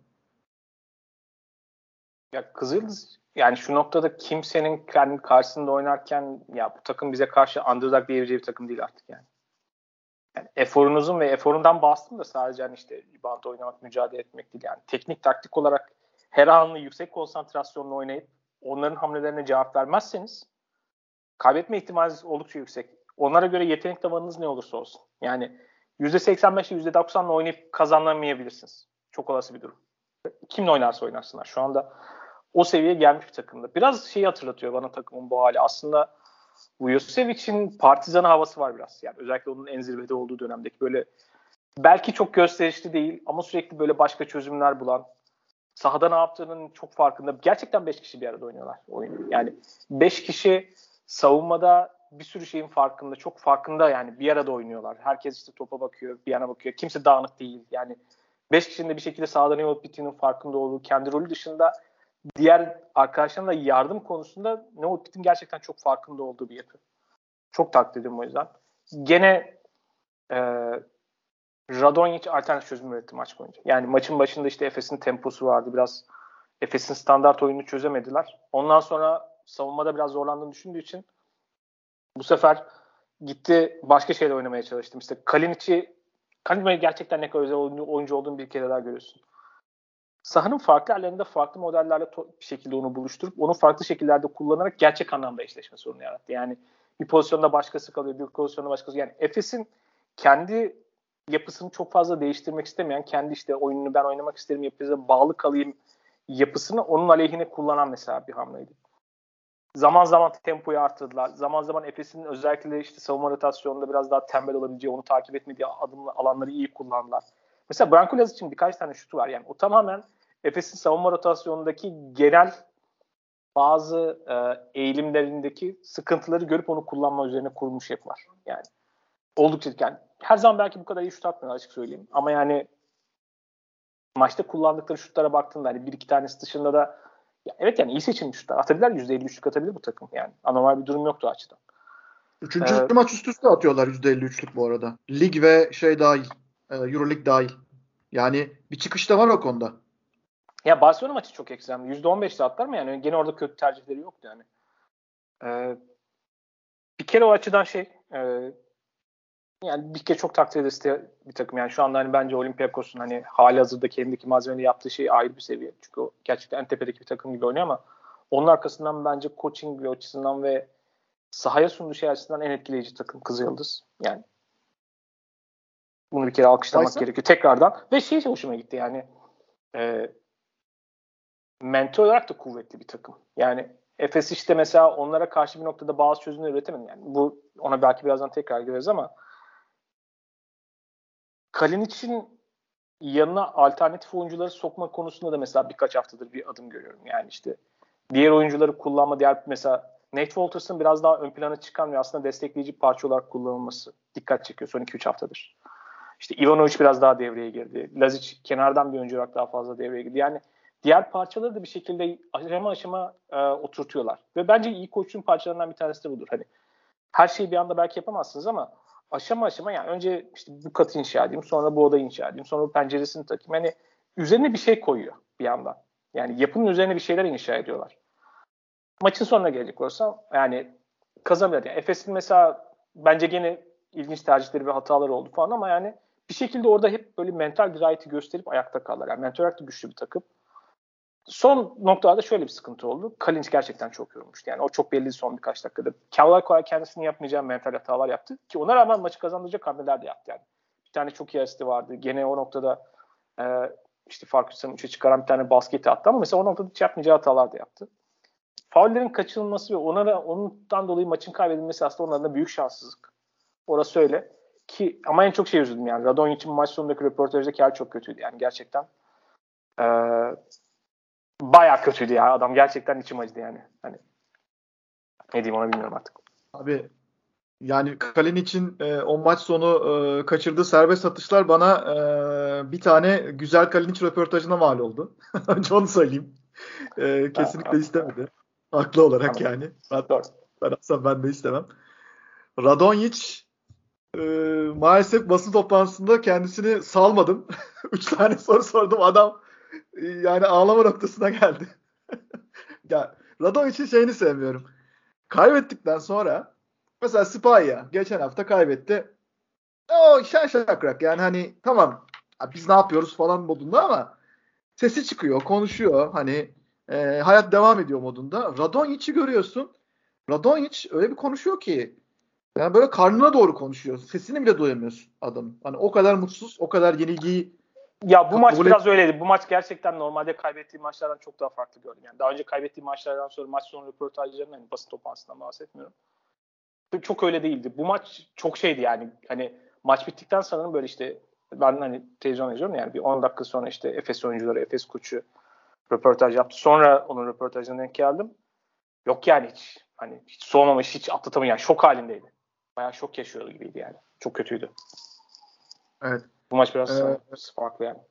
Ya Kızıldız yani şu noktada kimsenin kendi karşısında oynarken ya bu takım bize karşı underdog diyebileceği bir takım değil artık yani. Yani eforunuzun ve eforundan bastım da sadece hani işte rebound oynamak, mücadele etmek değil yani. Teknik taktik olarak her anlı yüksek konsantrasyonla oynayıp onların hamlelerine cevap vermezseniz kaybetme ihtimaliniz oldukça yüksek. Onlara göre yetenek tavanınız ne olursa olsun. Yani yüzde seksen beş yüzde doksanla oynayıp kazanamayabilirsiniz. Çok olası bir durum. Kimle oynarsa oynarsınlar. Şu anda o seviyeye gelmiş bir takımda. Biraz şeyi hatırlatıyor bana takımın bu hali. Aslında Vujosevic'in Partizan havası var biraz. Yani özellikle onun en zirvede olduğu dönemdeki böyle belki çok gösterişli değil ama sürekli böyle başka çözümler bulan, sahada ne yaptığının çok farkında. Gerçekten beş kişi bir arada oynuyorlar oyunu. Yani beş kişi savunmada bir sürü şeyin farkında. Çok farkında yani bir arada oynuyorlar. Herkes işte topa bakıyor, bir yana bakıyor. Kimse dağınık değil. Yani beş kişinin de bir şekilde sahada ne olup bittiğinin farkında olduğu, kendi rolü dışında diğer arkadaşlarına yardım konusunda ne olup bittiğinin gerçekten çok farkında olduğu bir yapı. Çok takdir ediyorum o yüzden. Gene e, Radonjic alternatif çözüm üretti maç boyunca. Yani maçın başında işte Efes'in temposu vardı. Biraz Efes'in standart oyununu çözemediler. Ondan sonra savunmada biraz zorlandığını düşündüğü için bu sefer gitti başka şeyle oynamaya çalıştım. İşte Kalinic'i Kalinic'i gerçekten ne kadar özel oyuncu olduğunu bir kere daha görüyorsun. Sahanın farklı yerlerinde farklı modellerle to- bir şekilde onu buluşturup onu farklı şekillerde kullanarak gerçek anlamda eşleşme sorunu yarattı. Yani bir pozisyonda başkası kalıyor, bir pozisyonda başkası. Yani Efes'in kendi yapısını çok fazla değiştirmek istemeyen, kendi işte oyununu ben oynamak isterim yapısına bağlı kalayım yapısını onun aleyhine kullanan mesela bir hamleydi. Zaman zaman tempoyu artırdılar. Zaman zaman Efes'in özellikle işte savunma rotasyonunda biraz daha tembel olabileceği, onu takip etmediği adım alanları iyi kullandılar. Mesela Branko Lazic için birkaç tane şutu var. Yani o tamamen Efes'in savunma rotasyonundaki genel bazı e, eğilimlerindeki sıkıntıları görüp onu kullanma üzerine kurulmuş yapılar. Yani oldukça yani her zaman belki bu kadar iyi şut atmıyor açık söyleyeyim. Ama yani maçta kullandıkları şutlara baktığında hani bir iki tanesi dışında da ya evet yani iyi seçilmiş şutlar. Atabilirler yüzde elli üçlük atabilir bu takım yani. Anormal bir durum yoktu o açıdan. Üçüncü Ee, maç üst üste atıyorlar yüzde elli üçlük bu arada. Lig ve şey dahil. E, Euroleague dahil. Yani bir çıkış da var o konuda. Ya Barcelona maçı çok ekstremdi. yüzde on beşte attılar mı yani? Gene orada kötü tercihleri yoktu yani. Ee, bir kere o açıdan şey e, yani bir kere çok takdir edilesi bir takım. Yani şu anda hani bence Olympiakos'un hani hali hazırda kendindeki malzemeleri yaptığı şey ayrı bir seviye. Çünkü o gerçekten en tepedeki bir takım gibi oynuyor ama onun arkasından bence coaching bir açısından ve sahaya sunduğu şey açısından en etkileyici takım Kızılyıldız. Yani bunu bir kere alkışlamak Oysa? gerekiyor tekrardan. Ve şey hoşuma gitti yani e, mental olarak da kuvvetli bir takım. Yani Efes işte mesela onlara karşı bir noktada bazı çözümler üretemedi. Yani bu ona belki birazdan tekrar gireriz ama Kalinic'in yanına alternatif oyuncuları sokma konusunda da mesela birkaç haftadır bir adım görüyorum. Yani işte diğer oyuncuları kullanma, diğer mesela Nate Wolters'ın biraz daha ön plana çıkan ve aslında destekleyici parça olarak kullanılması dikkat çekiyor son iki üç haftadır. İşte Ivanovic biraz daha devreye girdi. Lazic kenardan bir oyuncu olarak daha fazla devreye girdi. Yani diğer parçaları da bir şekilde aşama aşama e, oturtuyorlar. Ve bence iyi koçluğun parçalarından bir tanesi de budur. Hani her şeyi bir anda belki yapamazsınız ama aşama aşama yani önce işte bu katı inşa edeyim, sonra bu odayı inşa edeyim, sonra bu penceresini takayım. Yani üzerine bir şey koyuyor bir yandan. Yani yapının üzerine bir şeyler inşa ediyorlar. Maçın sonuna gelecek olursam yani kazanabilir. Yani Efes'in mesela bence gene ilginç tercihleri ve hataları oldu falan ama yani bir şekilde orada hep böyle mental dirayeti gösterip ayakta kalırlar. Yani mental olarak da güçlü bir takım. Son noktada şöyle bir sıkıntı oldu. Kalinic gerçekten çok yorulmuştu. Yani o çok belli son birkaç dakikada. Kavlar kolay kendisini yapmayacağı mental hatalar yaptı. Ki ona rağmen maçı kazandıracak hamleler de yaptı yani. Bir tane çok iyi asisti vardı. Gene o noktada e, işte farkı üçe çıkaran bir tane basketi attı ama mesela o noktada hiç yapmayacağı hatalar da yaptı. Faullerin kaçınılması ve ona ondan dolayı maçın kaybedilmesi aslında onların da büyük şanssızlık. Orası öyle. Ki ama en çok şey üzüldüm yani. Radonjic'in maç sonundaki röportajdaki hali çok kötüydü yani gerçekten. Eee bayağı kötüydü ya adam. Gerçekten içim acıdı yani. Hani ne diyeyim ona bilmiyorum artık. Abi yani Kalinic'in e, o maç sonu e, kaçırdığı serbest atışlar bana e, bir tane güzel Kalinic röportajına mal oldu. Önce onu söyleyeyim. E, kesinlikle ha, istemedi. Haklı olarak tamam. Yani. Ben, Doğru. ben aslında ben de istemem. Radonjic e, maalesef basın toplantısında kendisini salmadım. Üç tane soru sordum. Adam e, yani ağlama noktasına geldi. Ya Radonjic'in şeyini sevmiyorum. Kaybettikten sonra mesela Spanya geçen hafta kaybetti. O şen şakrak yani hani tamam biz ne yapıyoruz falan modunda ama sesi çıkıyor, konuşuyor. Hani e, hayat devam ediyor modunda. Radonjic'i görüyorsun. Radonjic öyle bir konuşuyor ki yani böyle karnına doğru konuşuyor. Sesini bile duyamıyorsun adamın. Hani o kadar mutsuz, o kadar yenilgiyi ya bu maç biraz et- öyleydi. Bu maç gerçekten normalde kaybettiği maçlardan çok daha farklı gördüm. Yani daha önce kaybettiği maçlardan sonra maç sonu röportajlarından yani basın toplantısından bahsetmiyorum. Çok öyle değildi. Bu maç çok şeydi yani. Hani maç bittikten sanırım böyle işte ben hani televizyon izliyorum yani bir on dakika sonra işte Efes oyuncuları, Efes koçu röportaj yaptı. Sonra onun röportajına denk geldim. Yok yani hiç hani hiç soğumamış, hiç atlatamıyor. Yani şok halindeydi. Bayağı şok yaşıyordu gibiydi yani. Çok kötüydü. Evet. Bu maç biraz ee, farklı yani.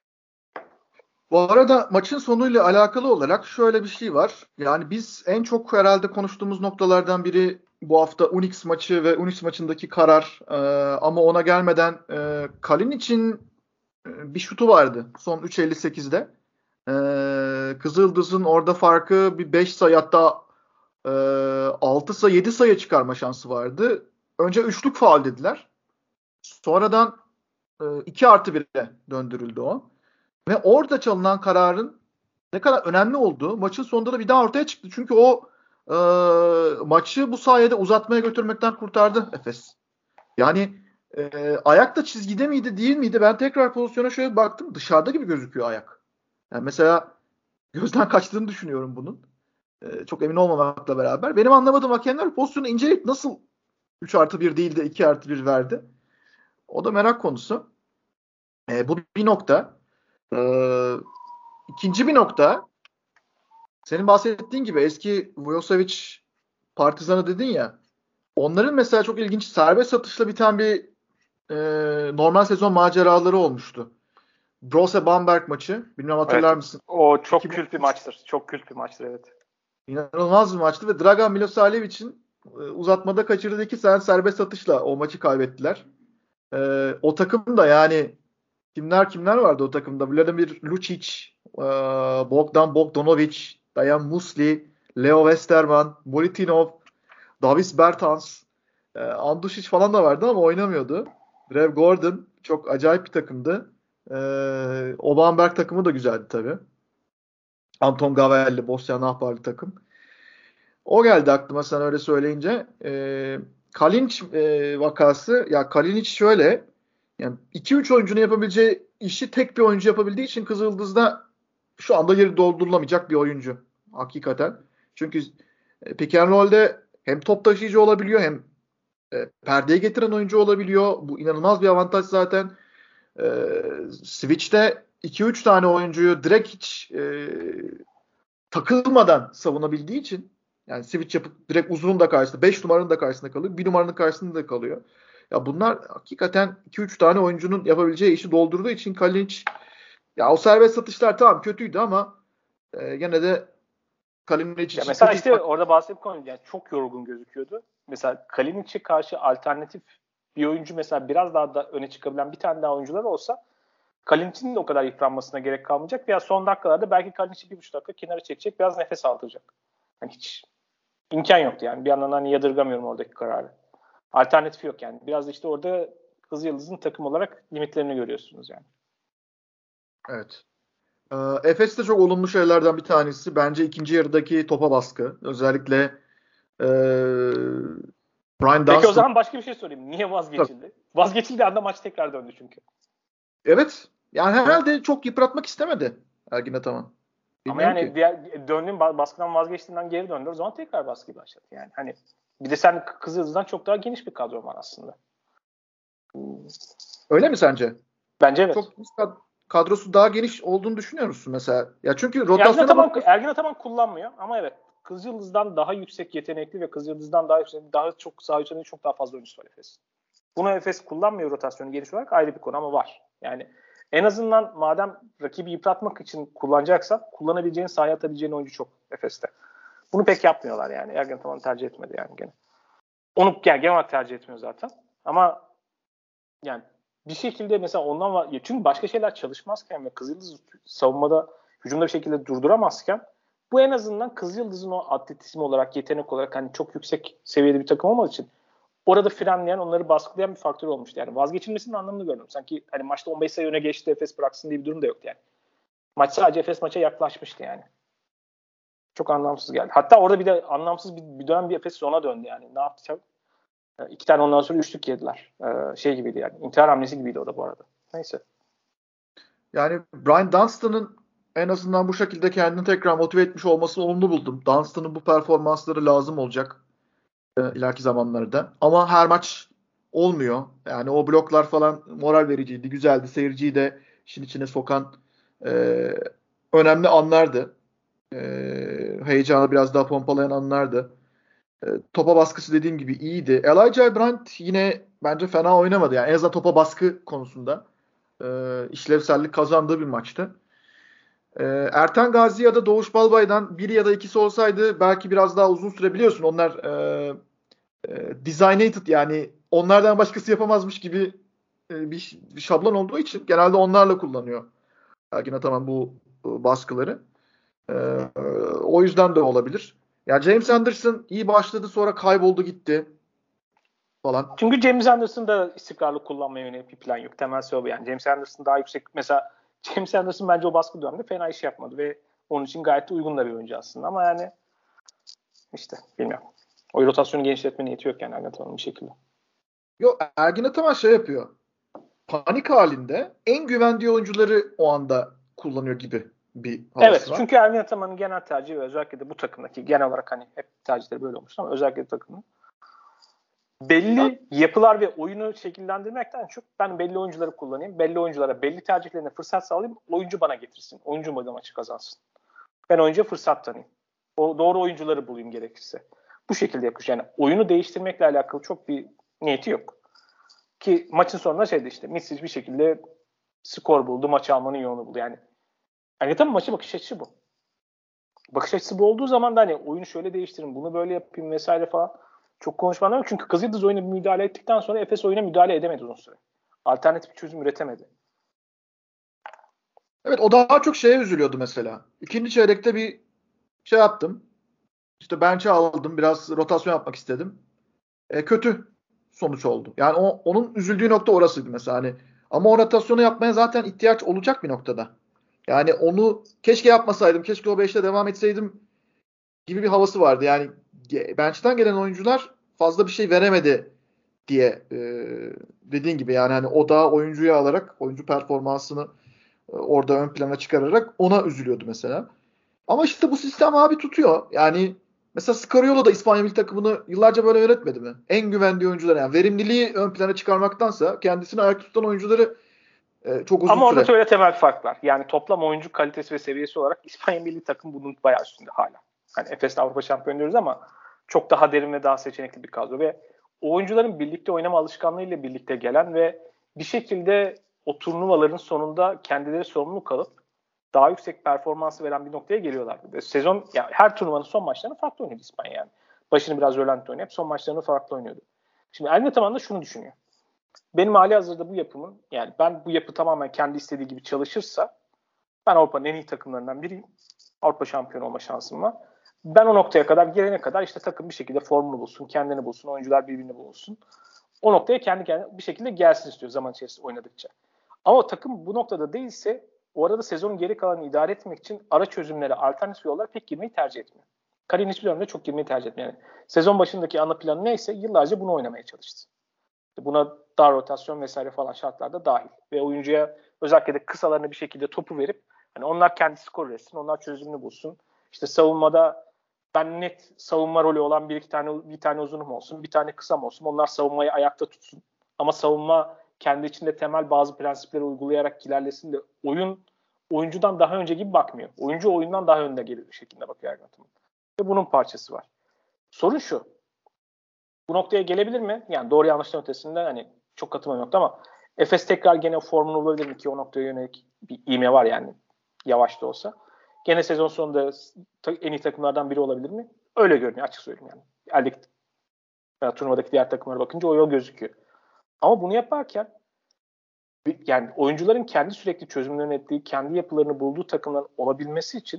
Bu arada maçın sonuyla alakalı olarak şöyle bir şey var. Yani biz en çok herhalde konuştuğumuz noktalardan biri bu hafta Unix maçı ve Unix maçındaki karar. Ee, ama ona gelmeden e, Kalinic'in e, bir şutu vardı son üç elli sekizde. Ee, Kızıldız'ın orada farkı bir beş sayı hatta e, altı sayı yedi sayı çıkarma şansı vardı. Önce üçlük faul dediler. Sonradan e, iki artı bire döndürüldü o. Ve orada çalınan kararın ne kadar önemli olduğu maçın sonunda da bir daha ortaya çıktı. Çünkü o e, maçı bu sayede uzatmaya götürmekten kurtardı Efes. Yani e, ayak da çizgide miydi değil miydi? Ben tekrar pozisyona şöyle baktım. Dışarıda gibi gözüküyor ayak. Yani mesela gözden kaçtığını düşünüyorum bunun. E, çok emin olmamakla beraber. Benim anlamadığım hakemler pozisyonu inceleyip nasıl üç artı bir değil de iki artı bir verdi. O da merak konusu. E, bu bir nokta. Ee, ikinci bir nokta senin bahsettiğin gibi eski Vujosevic Partizan'ı dedin ya onların mesela çok ilginç serbest atışla biten bir e, normal sezon maceraları olmuştu. Brose Bamberg maçı. Bilmem hatırlar evet, mısın? O çok iki bin kült bir maçtır. Çok kült bir maçtır evet. İnanılmaz bir maçtı ve Dragan Milosavljević'in e, uzatmada kaçırdığı iki tane serbest atışla o maçı kaybettiler. E, o takım da yani kimler kimler vardı o takımda? Vladimir Lucic, e, Bogdan Bogdanovic, Dayan Musli, Leo Westerman, Molitinov, Davis Bertans, e, Andushic falan da vardı ama oynamıyordu. Drew Gordon çok acayip bir takımdı. E, o Bamberg takımı da güzeldi tabii. Anton Gavelli, Bosya Nahbarlı takım. O geldi aklıma sen öyle söyleyince. E, Kalinic e, vakası. Ya Kalinic şöyle. Yani iki üç oyuncunun yapabileceği işi tek bir oyuncu yapabildiği için Kızıldız'da şu anda yeri doldurulamayacak bir oyuncu. Hakikaten. Çünkü e, pick and roll'de hem top taşıyıcı olabiliyor hem e, perdeye getiren oyuncu olabiliyor. Bu inanılmaz bir avantaj zaten. E, Switch'te iki üç tane oyuncuyu direkt hiç e, takılmadan savunabildiği için, yani switch yapıp direkt uzunun da karşısında, beş numaranın da karşısında kalıyor, bir numaranın karşısında da kalıyor. Ya bunlar hakikaten iki üç tane oyuncunun yapabileceği işi doldurduğu için Kalinic, ya o serbest satışlar tamam kötüydü ama e, gene de Kalinic için ya mesela kötü. işte orada bahsettiğim konu, yani çok yorgun gözüküyordu. Mesela Kalinic'e karşı alternatif bir oyuncu, mesela biraz daha da öne çıkabilen bir tane daha oyuncular olsa Kalinic'in de o kadar yıpranmasına gerek kalmayacak. Veya son dakikalarda belki Kalinic'i bir buçuk dakika kenara çekecek, biraz nefes aldıracak. Yani hiç imkan yoktu yani. Bir yandan hani yadırgamıyorum oradaki kararı. Alternatif yok yani. Biraz da işte orada Kızılyıldız'ın takım olarak limitlerini görüyorsunuz yani. Evet. Ee, Efes de çok olumlu şeylerden bir tanesi. Bence ikinci yarıdaki topa baskı. Özellikle e, Brian Peki Dunstan. o zaman başka bir şey sorayım. Niye vazgeçildi? Vazgeçildiği anda maç tekrar döndü çünkü. Evet. Yani herhalde çok yıpratmak istemedi Ergin Ataman. Ama Bilmiyorum yani ki. diğer döndüğün baskıdan vazgeçtiğinden geri döndü. O zaman tekrar baskı başladı. Yani hani bir de sen Kızıldız'dan çok daha geniş bir kadro var aslında. Öyle mi sence? Bence evet. Çok kadrosu daha geniş olduğunu düşünüyor musun mesela? Ya çünkü Ergin rotasyona Ataman, bakıyorsun. Ergin Ataman kullanmıyor ama evet. Kızıldız'dan daha yüksek yetenekli ve Kızıldız'dan daha yüksek, daha çok saha içinde çok daha fazla oyuncusu var Efes. Bunu Efes kullanmıyor rotasyonu geniş olarak, ayrı bir konu ama var. Yani en azından madem rakibi yıpratmak için kullanacaksa kullanabileceğin, sahaya atabileceğin oyuncu çok Efes'te. Bunu pek yapmıyorlar yani. Ergin Ataman tercih etmedi yani gene. Onu yani genel olarak tercih etmiyor zaten. Ama yani bir şekilde mesela ondan var. Çünkü başka şeyler çalışmazken ve Kızıldız savunmada, hücumda bir şekilde durduramazken, bu en azından Kızıldız'ın o atletizm olarak, yetenek olarak hani çok yüksek seviyede bir takım olmadığı için orada frenleyen, onları baskılayan bir faktör olmuştu. Yani vazgeçilmesinin anlamını gördüm. Sanki hani maçta on beş sayı öne geçti, Efes bıraksın diye bir durum da yoktu yani. Maç sadece Efes maça yaklaşmıştı yani. Çok anlamsız geldi. Hatta orada bir de anlamsız bir, bir dönem bir Efes sona döndü yani. Ne yapacak? İki tane ondan sonra üçlük yediler. Ee, şey gibiydi yani. İntihar hamlesi gibiydi o da bu arada. Neyse. Yani Brian Dunstan'ın en azından bu şekilde kendini tekrar motive etmiş olmasını olumlu buldum. Dunstan'ın bu performansları lazım olacak e, ileriki zamanlarda. Ama her maç olmuyor. Yani o bloklar falan moral vericiydi, güzeldi. Seyirciyi de işin içine sokan e, önemli anlardı. E, heyecanı biraz daha pompalayan anlardı. E, topa baskısı dediğim gibi iyiydi. Elijah Brandt yine bence fena oynamadı. Yani en azından topa baskı konusunda e, işlevsellik kazandığı bir maçtı. E, Ertan Gazi ya da Doğuş Balbay'dan biri ya da ikisi olsaydı belki biraz daha uzun süre, biliyorsun onlar e, e, designated, yani onlardan başkası yapamazmış gibi e, bir, bir şablon olduğu için genelde onlarla kullanıyor Ergin Ataman bu, bu baskıları. E, e, o yüzden de olabilir. Ya James Anderson iyi başladı, sonra kayboldu gitti falan. Çünkü James Anderson'da istikrarlı kullanmaya yönelik bir plan yok. Temel sebebi yani. James Anderson daha yüksek. Mesela James Anderson bence o baskı döneminde fena iş yapmadı ve onun için gayet de uygun da bir oyuncu aslında. Ama yani işte bilmiyorum. O rotasyonu genişletme niyeti yok yani Ergin Ataman'ın bir şekilde. Yok, Ergin Ataman şey yapıyor. Panik halinde en güvendiği oyuncuları o anda kullanıyor gibi bir havası Evet, var. çünkü Ergin Ataman'ın genel tercihi ve özellikle de bu takımdaki, genel olarak hani hep tercihleri böyle olmuş ama özellikle de takımın belli yapılar ve oyunu şekillendirmekten çok ben belli oyuncuları kullanayım, belli oyunculara belli tercihlerine fırsat sağlayayım, oyuncu bana getirsin, oyuncu bana maçı kazansın. Ben oyuncuya fırsat tanıyayım. O doğru oyuncuları bulayım gerekirse. Bu şekilde yapmış. Yani oyunu değiştirmekle alakalı çok bir niyeti yok. Ki maçın sonunda şeydi işte, Mitsic bir şekilde skor buldu, maçı almanın yolunu buldu. Yani yani tabii maçı bakış açısı bu. Bakış açısı bu olduğu zaman da hani oyunu şöyle değiştirin, bunu böyle yapayım vesaire falan çok konuşmadan yok. Çünkü Kızıldız oyuna müdahale ettikten sonra Efes oyuna müdahale edemedi uzun süre. Alternatif bir çözüm üretemedi. Evet, o daha çok şeye üzülüyordu mesela. İkinci çeyrekte bir şey yaptım. İşte bench'e aldım. Biraz rotasyon yapmak istedim. E, kötü sonuç oldu. Yani o, onun üzüldüğü nokta orasıydı mesela. Hani, ama o rotasyonu yapmaya zaten ihtiyaç olacak bir noktada. Yani onu keşke yapmasaydım, keşke o beşte devam etseydim gibi bir havası vardı. Yani bench'ten gelen oyuncular fazla bir şey veremedi diye e, dediğin gibi yani hani o da oyuncuyu alarak oyuncu performansını e, orada ön plana çıkararak ona üzülüyordu mesela. Ama işte bu sistem abi tutuyor. Yani mesela Scariolo da İspanya milli takımını yıllarca böyle yönetmedi mi? En güvendiği oyuncular yani verimliliği ön plana çıkarmaktansa kendisini ayakta tutan oyuncuları e, çok uzun Ama süre. orada şöyle temel fark var. Yani toplam oyuncu kalitesi ve seviyesi olarak İspanya milli takım bunun bayağı üstünde hala. Hani Efes'le Avrupa şampiyonu diyoruz ama çok daha derin ve daha seçenekli bir kadro ve o oyuncuların birlikte oynama alışkanlığıyla birlikte gelen ve bir şekilde o turnuvaların sonunda kendileri sorumlu kalıp daha yüksek performansı veren bir noktaya geliyorlardı. Ve sezon yani her turnuvanın son maçlarını farklı oynuyordu İspanya yani. Başını biraz rölanti oynayıp son maçlarını farklı oynuyordu. Şimdi Ergin Ataman da şunu düşünüyor. Benim hali hazırda bu yapımın yani ben bu yapı tamamen kendi istediği gibi çalışırsa ben Avrupa'nın en iyi takımlarından biriyim. Avrupa şampiyonu olma şansım var. Ben o noktaya kadar gelene kadar işte takım bir şekilde formunu bulsun, kendini bulsun, oyuncular birbirini bulsun. O noktaya kendi kendine bir şekilde gelsin istiyor zaman içerisinde oynadıkça. Ama o takım bu noktada değilse o arada sezonun geri kalanını idare etmek için ara çözümlere, alternatif yollar pek girmeyi tercih etmiyor. Kariyerin hiçbir dönemde çok girmeyi tercih etmiyor. Yani sezon başındaki ana planı neyse yıllarca bunu oynamaya çalıştı. Buna dar rotasyon vesaire falan şartlarda dahil. Ve oyuncuya özellikle de kısalarına bir şekilde topu verip hani onlar kendi skor üretsin, onlar çözümünü bulsun. İşte savunmada ben net savunma rolü olan bir iki tane bir tane uzunum olsun, bir tane kısam olsun. Onlar savunmayı ayakta tutsun. Ama savunma kendi içinde temel bazı prensipleri uygulayarak ilerlesin de oyun oyuncudan daha önce gibi bakmıyor. Oyuncu oyundan daha önde gelir şeklinde bakıyor Ergin Ataman. Ve bunun parçası var. Sorun şu. Bu noktaya gelebilir mi? Yani doğru yanlışların ötesinde hani çok katılmam yoktu ama Efes tekrar gene formunu bulabilir mi ki o noktaya yönelik bir ivme var yani yavaş da olsa. Gene sezon sonunda en iyi takımlardan biri olabilir mi? Öyle görünüyor açık söyleyeyim yani. Eldeki yani turnuvadaki diğer takımlara bakınca o yol gözüküyor. Ama bunu yaparken yani oyuncuların kendi sürekli çözümlerini ettiği, kendi yapılarını bulduğu takımların olabilmesi için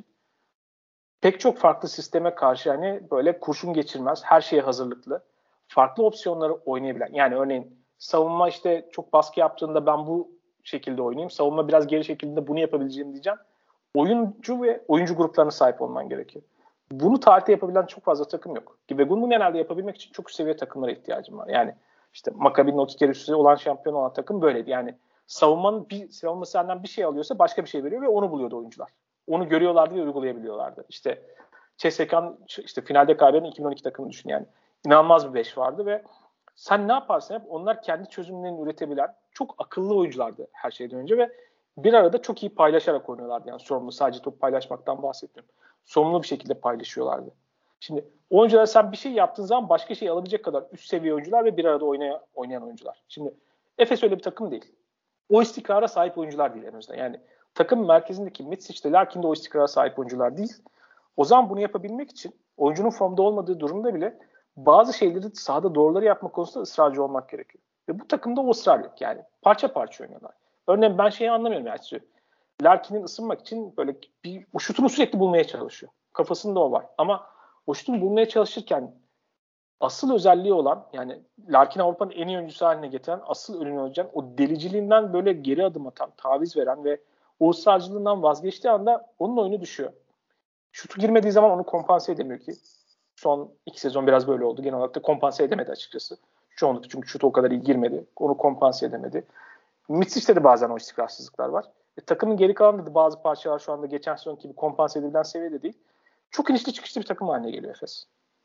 pek çok farklı sisteme karşı hani böyle kurşun geçirmez, her şeye hazırlıklı, farklı opsiyonları oynayabilen. Yani örneğin savunma işte çok baskı yaptığında ben bu şekilde oynayayım. Savunma biraz geri şekilde bunu yapabileceğim diyeceğim. Oyuncu ve oyuncu gruplarına sahip olman gerekiyor. Bunu tarihte yapabilen çok fazla takım yok. Ve bunu genelde yapabilmek için çok üst seviye takımlara ihtiyacım var. Yani işte Maccabi'nin otuz kere üstü olan şampiyon olan takım böyleydi. Yani savunmanın bir savunma senden bir şey alıyorsa başka bir şey veriyor ve onu buluyordu oyuncular. Onu görüyorlardı ve uygulayabiliyorlardı. İşte C S K A'nın işte finalde kaybeden iki bin on iki takımını düşün yani. İnanılmaz bir beş vardı ve sen ne yaparsan yap onlar kendi çözümlerini üretebilen çok akıllı oyunculardı her şeyden önce ve bir arada çok iyi paylaşarak oynuyorlardı. Yani sorumlu sadece top paylaşmaktan bahsetmiyorum. Sorumlu bir şekilde paylaşıyorlardı. Şimdi oyuncular sen bir şey yaptığın zaman başka şey alabilecek kadar üst seviye oyuncular ve bir arada oynayan, oynayan oyuncular. Şimdi Efes öyle bir takım değil. O istikrara sahip oyuncular değil en azından. Yani takım merkezindeki Mitsic'de Larkin'de o istikrara sahip oyuncular değil. O zaman bunu yapabilmek için oyuncunun formda olmadığı durumda bile bazı şeyleri sahada doğruları yapma konusunda ısrarcı olmak gerekiyor. Ve bu takımda o ısrar yok yani. Parça parça oynuyorlar. Örneğin ben şeyi anlamıyorum yani. Larkin'in ısınmak için böyle bir o şutunu sürekli bulmaya çalışıyor. Kafasında o var. Ama o şutunu bulmaya çalışırken asıl özelliği olan yani Larkin Avrupa'nın en iyi oyuncusu haline getiren asıl ürünü olacak o deliciliğinden böyle geri adım atan, taviz veren ve o ısrarcılığından vazgeçtiği anda onun oyunu düşüyor. Şutu girmediği zaman onu kompanse edemiyor ki. Son iki sezon biraz böyle oldu. Genel olarak da kompanse edemedi açıkçası. Çoğunlukla çünkü şutu o kadar iyi girmedi. Onu kompanse edemedi. Mitsic'te de bazen o istikrarsızlıklar var. E, takımın geri kalanında da bazı parçalar şu anda geçen sezon gibi kompanse edilen seviyede değil. Çok inişli çıkışlı bir takım haline geliyor Efes.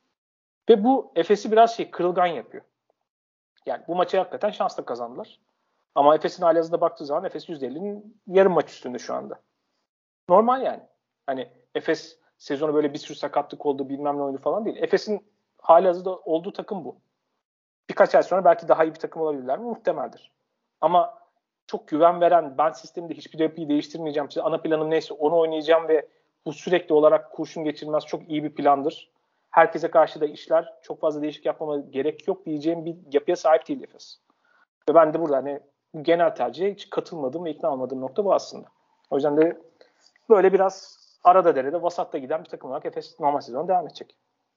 Ve bu Efes'i biraz şey kırılgan yapıyor. Yani bu maçı hakikaten şansla kazandılar. Ama Efes'in hali hazırda baktığı zaman Efes yüzde ellinin yarım maç üstünde şu anda. Normal yani. Hani Efes sezonu böyle bir sürü sakatlık oldu bilmem ne oyunu falan değil. Efes'in hali hazırda olduğu takım bu. Birkaç ay sonra belki daha iyi bir takım olabilirler mi? Muhtemeldir. Ama çok güven veren ben sistemde hiçbir yapıyı değiştirmeyeceğim. İşte ana planım neyse onu oynayacağım ve bu sürekli olarak kurşun geçirmez çok iyi bir plandır. Herkese karşı da işler çok fazla değişik yapmama gerek yok diyeceğim bir yapıya sahip değil Efes. Ve ben de burada hani genel tercihe hiç katılmadığım ve ikna olmadığım nokta bu aslında. O yüzden de böyle biraz arada derede vasatta giden bir takım olarak Efes normal sezon devam edecek.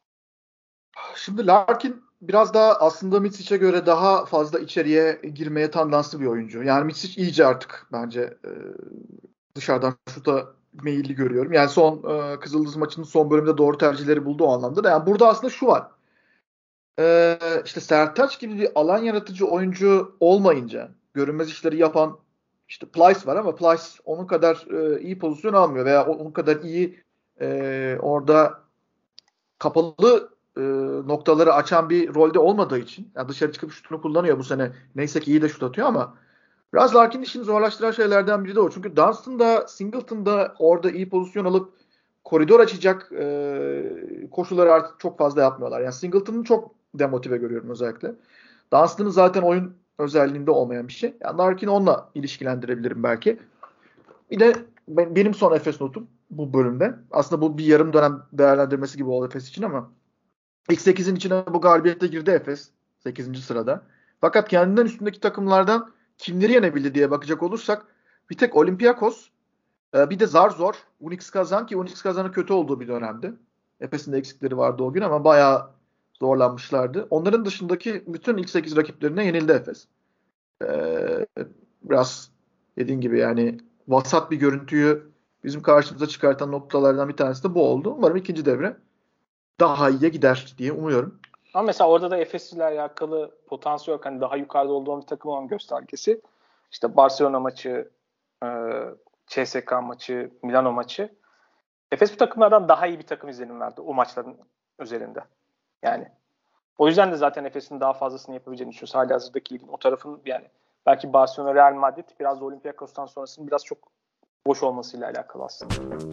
Şimdi Larkin biraz daha aslında Mitsic'e göre daha fazla içeriye girmeye tandanslı bir oyuncu. Yani Mitsic iyice artık bence e, dışarıdan şuta meyilli görüyorum. Yani son e, Kızıldız maçının son bölümünde doğru tercihleri buldu o anlamda da. Yani burada aslında şu var. E, işte Sertaç gibi bir alan yaratıcı oyuncu olmayınca görünmez işleri yapan işte Plyce var ama Plyce onun kadar e, iyi pozisyon almıyor veya onun kadar iyi e, orada kapalı e, noktaları açan bir rolde olmadığı için yani dışarı çıkıp şutunu kullanıyor bu sene. Neyse ki iyi de şut atıyor ama biraz Larkin işini zorlaştıran şeylerden biri de o. Çünkü Dunstan da Singleton da orada iyi pozisyon alıp koridor açacak e, koşuları artık çok fazla yapmıyorlar. Yani Singleton'ı çok demotive görüyorum özellikle. Dunstan'ın zaten oyun özelliğinde olmayan bir şey. Yani Larkin'i onunla ilişkilendirebilirim belki. Bir de ben, benim son Efes notum bu bölümde. Aslında bu bir yarım dönem değerlendirmesi gibi oldu Efes için ama ilk sekizin içine bu galibiyette girdi Efes. sekizinci sırada. Fakat kendinden üstündeki takımlardan kimleri yenebildi diye bakacak olursak bir tek Olympiakos, bir de zar zor Unix Kazan ki Unix Kazan'ın kötü olduğu bir dönemdi. Efes'in de eksikleri vardı o gün ama bayağı zorlanmışlardı. Onların dışındaki bütün ilk sekiz rakiplerine yenildi Efes. Ee, biraz dediğin gibi yani vasat bir görüntüyü bizim karşımıza çıkartan noktalardan bir tanesi de bu oldu. Umarım ikinci devre daha iyiye gider diye umuyorum. Ama mesela orada da Efes'le alakalı potansiyel hani daha yukarıda olduğum bir takım olan göstergesi işte Barcelona maçı, e, C S K maçı, Milano maçı. Efes bu takımlardan daha iyi bir takım izlenim verdi o maçların üzerinde. Yani o yüzden de zaten Efes'in daha fazlasını yapabileceğini düşünüyoruz. Hali hazırdaki ligin o tarafın yani belki Barcelona, Real Madrid biraz da Olympiakos'tan sonrasının biraz çok boş olmasıyla alakalı aslında.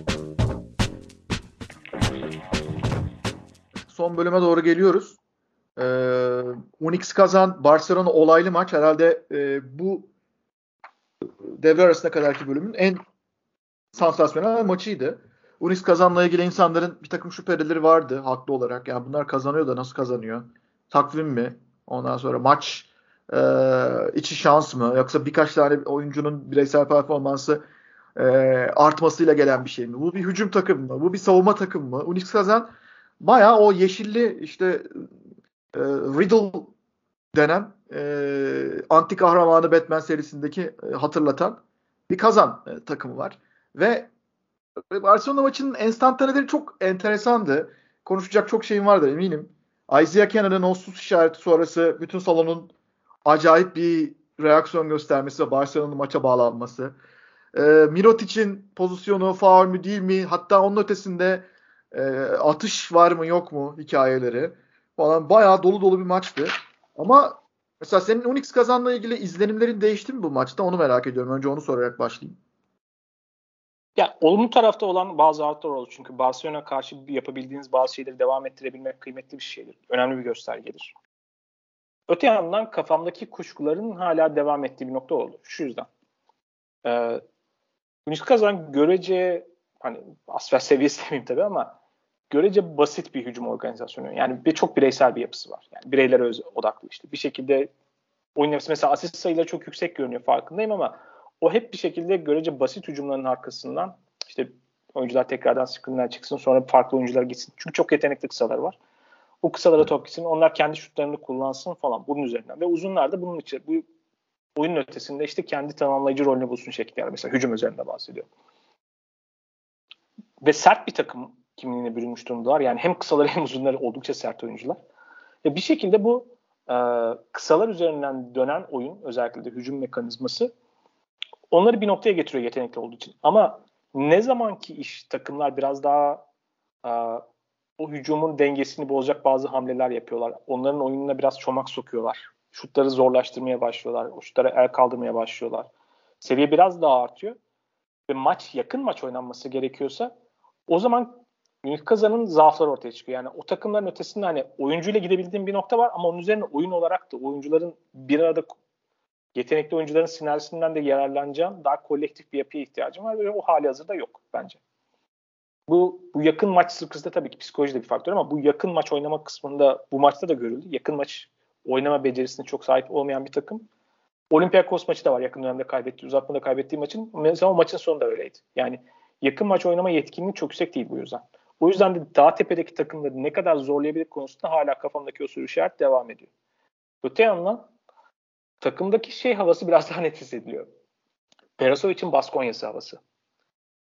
Son bölüme doğru geliyoruz. Ee, Unix Kazan Barcelona olaylı maç herhalde e, bu devre arasına kadarki bölümün en sansasyonel maçıydı. Unix Kazan'la ilgili insanların bir takım şüpheleri vardı haklı olarak. Yani bunlar kazanıyor da nasıl kazanıyor? Takvim mi? Ondan sonra maç e, içi şans mı? Yoksa birkaç tane oyuncunun bireysel performansı e, artmasıyla gelen bir şey mi? Bu bir hücum takım mı? Bu bir savunma takım mı? Unix Kazan bayağı o yeşilli işte e, Riddle denen e, anti kahramanı Batman serisindeki e, hatırlatan bir Kazan e, takımı var. Ve Barcelona maçının enstantaneleri çok enteresandı. Konuşacak çok şeyim vardır eminim. Isaiah Cannon'ın o sus işareti sonrası bütün salonun acayip bir reaksiyon göstermesi ve Barcelona'nın maça bağlanması. E, Mirotic'in pozisyonu faul mü değil mi? Hatta onun ötesinde e, atış var mı yok mu hikayeleri falan. Bayağı dolu dolu bir maçtı. Ama mesela senin Unix Kazan'la ilgili izlenimlerin değişti mi bu maçta? Onu merak ediyorum. Önce onu sorarak başlayayım. Ya olumlu tarafta olan bazı artılar oldu. Çünkü Barcelona karşı yapabildiğiniz bazı şeyleri devam ettirebilmek kıymetli bir şeydir. Önemli bir göstergedir. Öte yandan kafamdaki kuşkuların hala devam ettiği bir nokta oldu. Şu yüzden. Ee, Unix Kazan görece hani asfer seviyesi demeyeyim tabii ama görece basit bir hücum organizasyonu. Yani bir, çok bireysel bir yapısı var. Yani bireylere öz, odaklı işte. Bir şekilde oyun yapısı mesela asist sayıları çok yüksek görünüyor farkındayım ama o hep bir şekilde görece basit hücumların arkasından işte oyuncular tekrardan screen'den çıksın sonra farklı oyuncular gitsin. Çünkü çok yetenekli kısalar var. O kısalara top gitsin. Onlar kendi şutlarını kullansın falan bunun üzerinden. Ve uzunlar da bunun için bu oyunun ötesinde işte kendi tamamlayıcı rolünü bulsun şekli. Mesela hücum üzerinde bahsediyor. Ve sert bir takım kimliğine bürünmüş durumdalar. Yani hem kısaları hem uzunları oldukça sert oyuncular. Ve bir şekilde bu e, kısalar üzerinden dönen oyun özellikle de hücum mekanizması onları bir noktaya getiriyor yetenekli olduğu için. Ama ne zamanki iş takımlar biraz daha e, o hücumun dengesini bozacak bazı hamleler yapıyorlar. Onların oyununa biraz çomak sokuyorlar. Şutları zorlaştırmaya başlıyorlar. O şutlara el kaldırmaya başlıyorlar. Seviye biraz daha artıyor. Ve maç yakın maç oynanması gerekiyorsa o zaman Ümit Kazan'ın zaafları ortaya çıkıyor. Yani o takımların ötesinde hani oyuncuyla gidebildiğim bir nokta var ama onun üzerine oyun olarak da oyuncuların bir arada yetenekli oyuncuların sinerjisinden de yararlanacağım daha kolektif bir yapıya ihtiyacım var ve o hali hazırda yok bence. Bu, bu yakın maç sıkıntısında tabii ki psikoloji de bir faktör ama bu yakın maç oynama kısmında bu maçta da görüldü. Yakın maç oynama becerisine çok sahip olmayan bir takım. Olympiakos maçı da var yakın dönemde kaybettiği, uzatmada kaybettiği maçın. Mesela o maçın sonu da öyleydi. Yani yakın maç oynama yetkinliği çok yüksek değil bu yüzden. O yüzden de daha tepedeki takımları ne kadar zorlayabilir konusunda hala kafamdaki o soru işaret devam ediyor. Öte yandan takımdaki şey havası biraz daha net hissediliyor. Perasovic'in Baskonya'sı havası.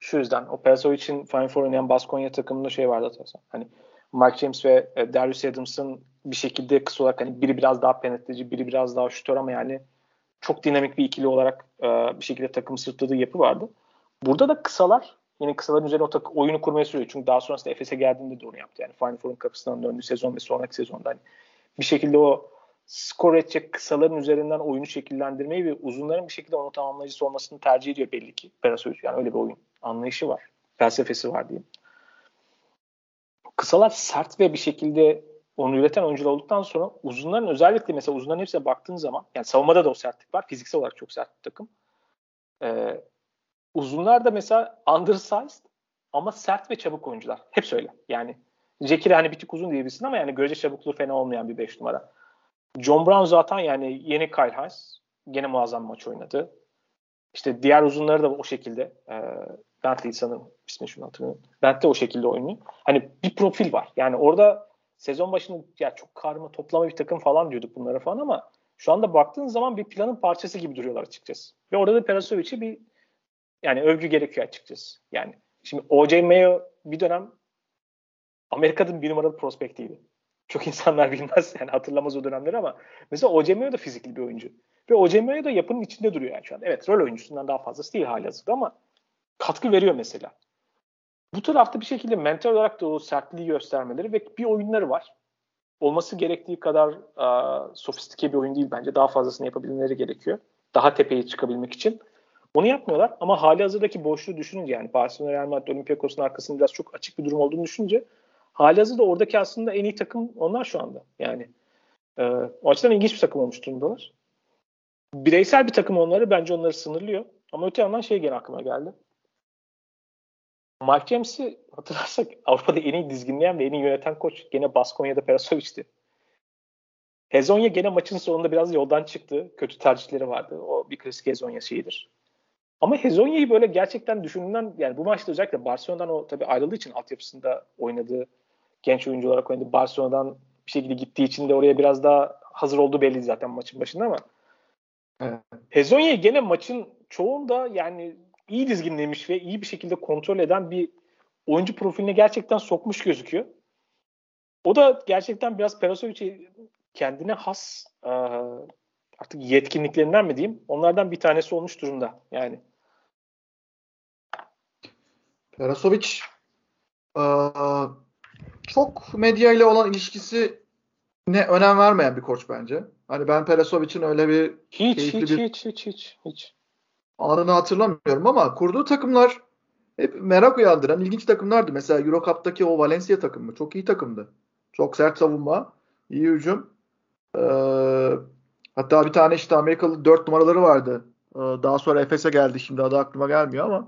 Şu yüzden o Perasovic'in Final Four oynayan Baskonya takımında şey vardı atarsan. Hani Mike James ve e, Darius Adams'ın bir şekilde kısa olarak hani biri biraz daha penetreci, biri biraz daha şutör ama yani çok dinamik bir ikili olarak e, bir şekilde takım sırtladığı yapı vardı. Burada da kısalar yine kısaların üzerine o tak- oyunu kurmaya sürüyor. Çünkü daha sonrasında Efes'e geldiğinde de onu yaptı. Yani Final Four'un kapısından döndüğü sezon ve sonraki sezonda hani bir şekilde o skor edecek kısaların üzerinden oyunu şekillendirmeyi ve uzunların bir şekilde onu tamamlayıcısı olmasını tercih ediyor belli ki. Perasovic yani öyle bir oyun anlayışı var. Felsefesi var diyeyim. Kısalar sert ve bir şekilde onu üreten oyuncular olduktan sonra uzunların özellikle mesela uzunların hepsine baktığın zaman yani savunmada da o sertlik var. Fiziksel olarak çok sert bir takım. Ee, uzunlar da mesela undersized ama sert ve çabuk oyuncular. Hep öyle. Yani Jekiri hani bir tık uzun diyebilirsin ama yani görece çabukluğu fena olmayan bir beş numara. John Brown zaten yani yeni Kyle Hayes. Gene muazzam maç oynadı. İşte diğer uzunları da o şekilde. E, Bentley sanırım. İsmini şunu hatırlıyorum. Bentley o şekilde oynuyor. Hani bir profil var. Yani orada sezon başında ya çok karma toplama bir takım falan diyorduk bunlara falan ama şu anda baktığın zaman bir planın parçası gibi duruyorlar açıkçası. Ve orada da Perasovic'e bir yani övgü gerekiyor açıkçası. Yani şimdi O J Mayo bir dönem Amerika'da bir numaralı prospektiydi. Çok insanlar bilmez yani hatırlamaz o dönemleri ama mesela O J Mayo da fizikli bir oyuncu. Ve O J Mayo da yapının içinde duruyor yani şu an. Evet rol oyuncusundan daha fazlası değil halihazırda ama katkı veriyor mesela. Bu tarafta bir şekilde mental olarak da o sertliği göstermeleri ve bir oyunları var. Olması gerektiği kadar uh, sofistike bir oyun değil bence. Daha fazlasını yapabilmeleri gerekiyor. Daha tepeye çıkabilmek için. Onu yapmıyorlar ama hali hazırdaki boşluğu düşününce yani Barcelona, Real Madrid, Olympiakos'un arkasında biraz çok açık bir durum olduğunu düşününce hali hazırda oradaki aslında en iyi takım onlar şu anda. Yani e, o açıdan ilginç bir takım olmuş durumdalar. Bireysel bir takım onları bence onları sınırlıyor. Ama öte yandan şey gene aklıma geldi. Mike James'i hatırlarsak Avrupa'da en iyi dizginleyen ve en iyi yöneten koç gene Baskonya'da Perasovic'ti. Hezonya gene maçın sonunda biraz yoldan çıktı. Kötü tercihleri vardı. O bir klasik Hezonya şeyidir. Ama Hezonya'yı böyle gerçekten düşündüğünden yani bu maçta özellikle Barcelona'dan o tabii ayrıldığı için altyapısında oynadığı genç oyuncu olarak oynadı. Barcelona'dan bir şekilde gittiği için de oraya biraz daha hazır olduğu belli zaten maçın başında ama evet. Hezonya'yı gene maçın çoğunda yani iyi dizginlemiş ve iyi bir şekilde kontrol eden bir oyuncu profiline gerçekten sokmuş gözüküyor. O da gerçekten biraz Perasovic'i kendine has artık yetkinliklerinden mi diyeyim onlardan bir tanesi olmuş durumda yani. Perasovic çok medya ile olan ilişkisi ne önem vermeyen bir koç bence. Hani ben Perasovic'in öyle bir hiç keyifli hiç, bir hiç hiç hiç hiç anını hatırlamıyorum ama kurduğu takımlar hep merak uyandıran ilginç takımlardı. Mesela Euro Cup'taki o Valencia takımı çok iyi takımdı. Çok sert savunma, iyi hücum. Ee, hatta bir tane işte Amerikalı dört numaraları vardı. Ee, daha sonra Efes'e geldi. Şimdi adı aklıma gelmiyor ama.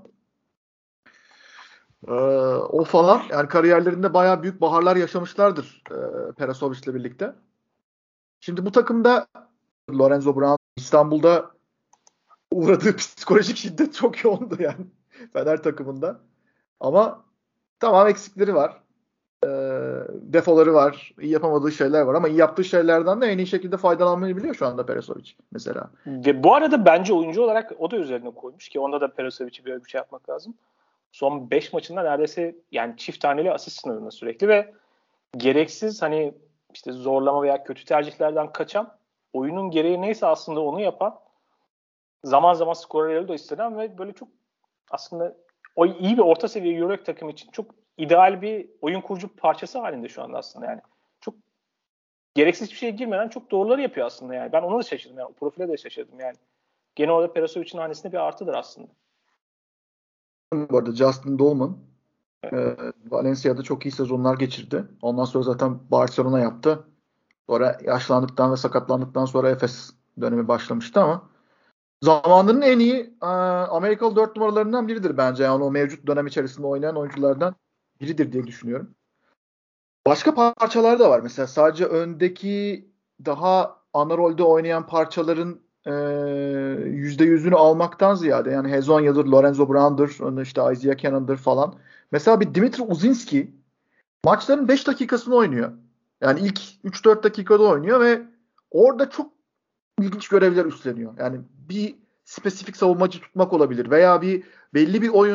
Ee, o falan yani kariyerlerinde bayağı büyük baharlar yaşamışlardır e, Perasovic'le birlikte. Şimdi bu takımda Lorenzo Brown İstanbul'da uğradığı psikolojik şiddet çok yoğundu yani Fener takımında. Ama tamam eksikleri var. E, defoları var. İyi yapamadığı şeyler var ama iyi yaptığı şeylerden de en iyi şekilde faydalanmayı biliyor şu anda Perasovic mesela. Ve bu arada bence oyuncu olarak o da üzerine koymuş ki onda da Perasovic'i böyle bir şey yapmak lazım. Son beş maçında neredeyse yani çift taneli asist sınırında sürekli ve gereksiz hani işte zorlama veya kötü tercihlerden kaçan oyunun gereği neyse aslında onu yapan zaman zaman skorerleri de istenen ve böyle çok aslında o iyi bir orta seviye Euroleague takım için çok ideal bir oyun kurucu parçası halinde şu anda aslında yani. Çok gereksiz bir şeye girmeden çok doğruları yapıyor aslında yani. Ben ona da şaşırdım yani. O profile de şaşırdım yani. Gene orada Perasovic'in hanesinde bir artıdır aslında. Bu arada Justin Dolman Evet. e, Valencia'da çok iyi sezonlar geçirdi. Ondan sonra zaten Barcelona yaptı. Sonra yaşlandıktan ve sakatlandıktan sonra Efes dönemi başlamıştı ama zamanının en iyi e, Amerikalı dört numaralarından biridir bence. Yani o mevcut dönem içerisinde oynayan oyunculardan biridir diye düşünüyorum. Başka parçalar da var. Mesela sadece öndeki daha ana rolde oynayan parçaların e, yüzde yüzünü almaktan ziyade yani Hezonya'dır, Lorenzo Brown'dur, işte Isaiah Cannon'dır falan. Mesela bir Dimitri Uzinski maçların beş dakikasını oynuyor. Yani ilk üç dört dakikada oynuyor ve orada çok ilginç görevler üstleniyor. Yani bir spesifik savunmacı tutmak olabilir veya bir belli bir oyunun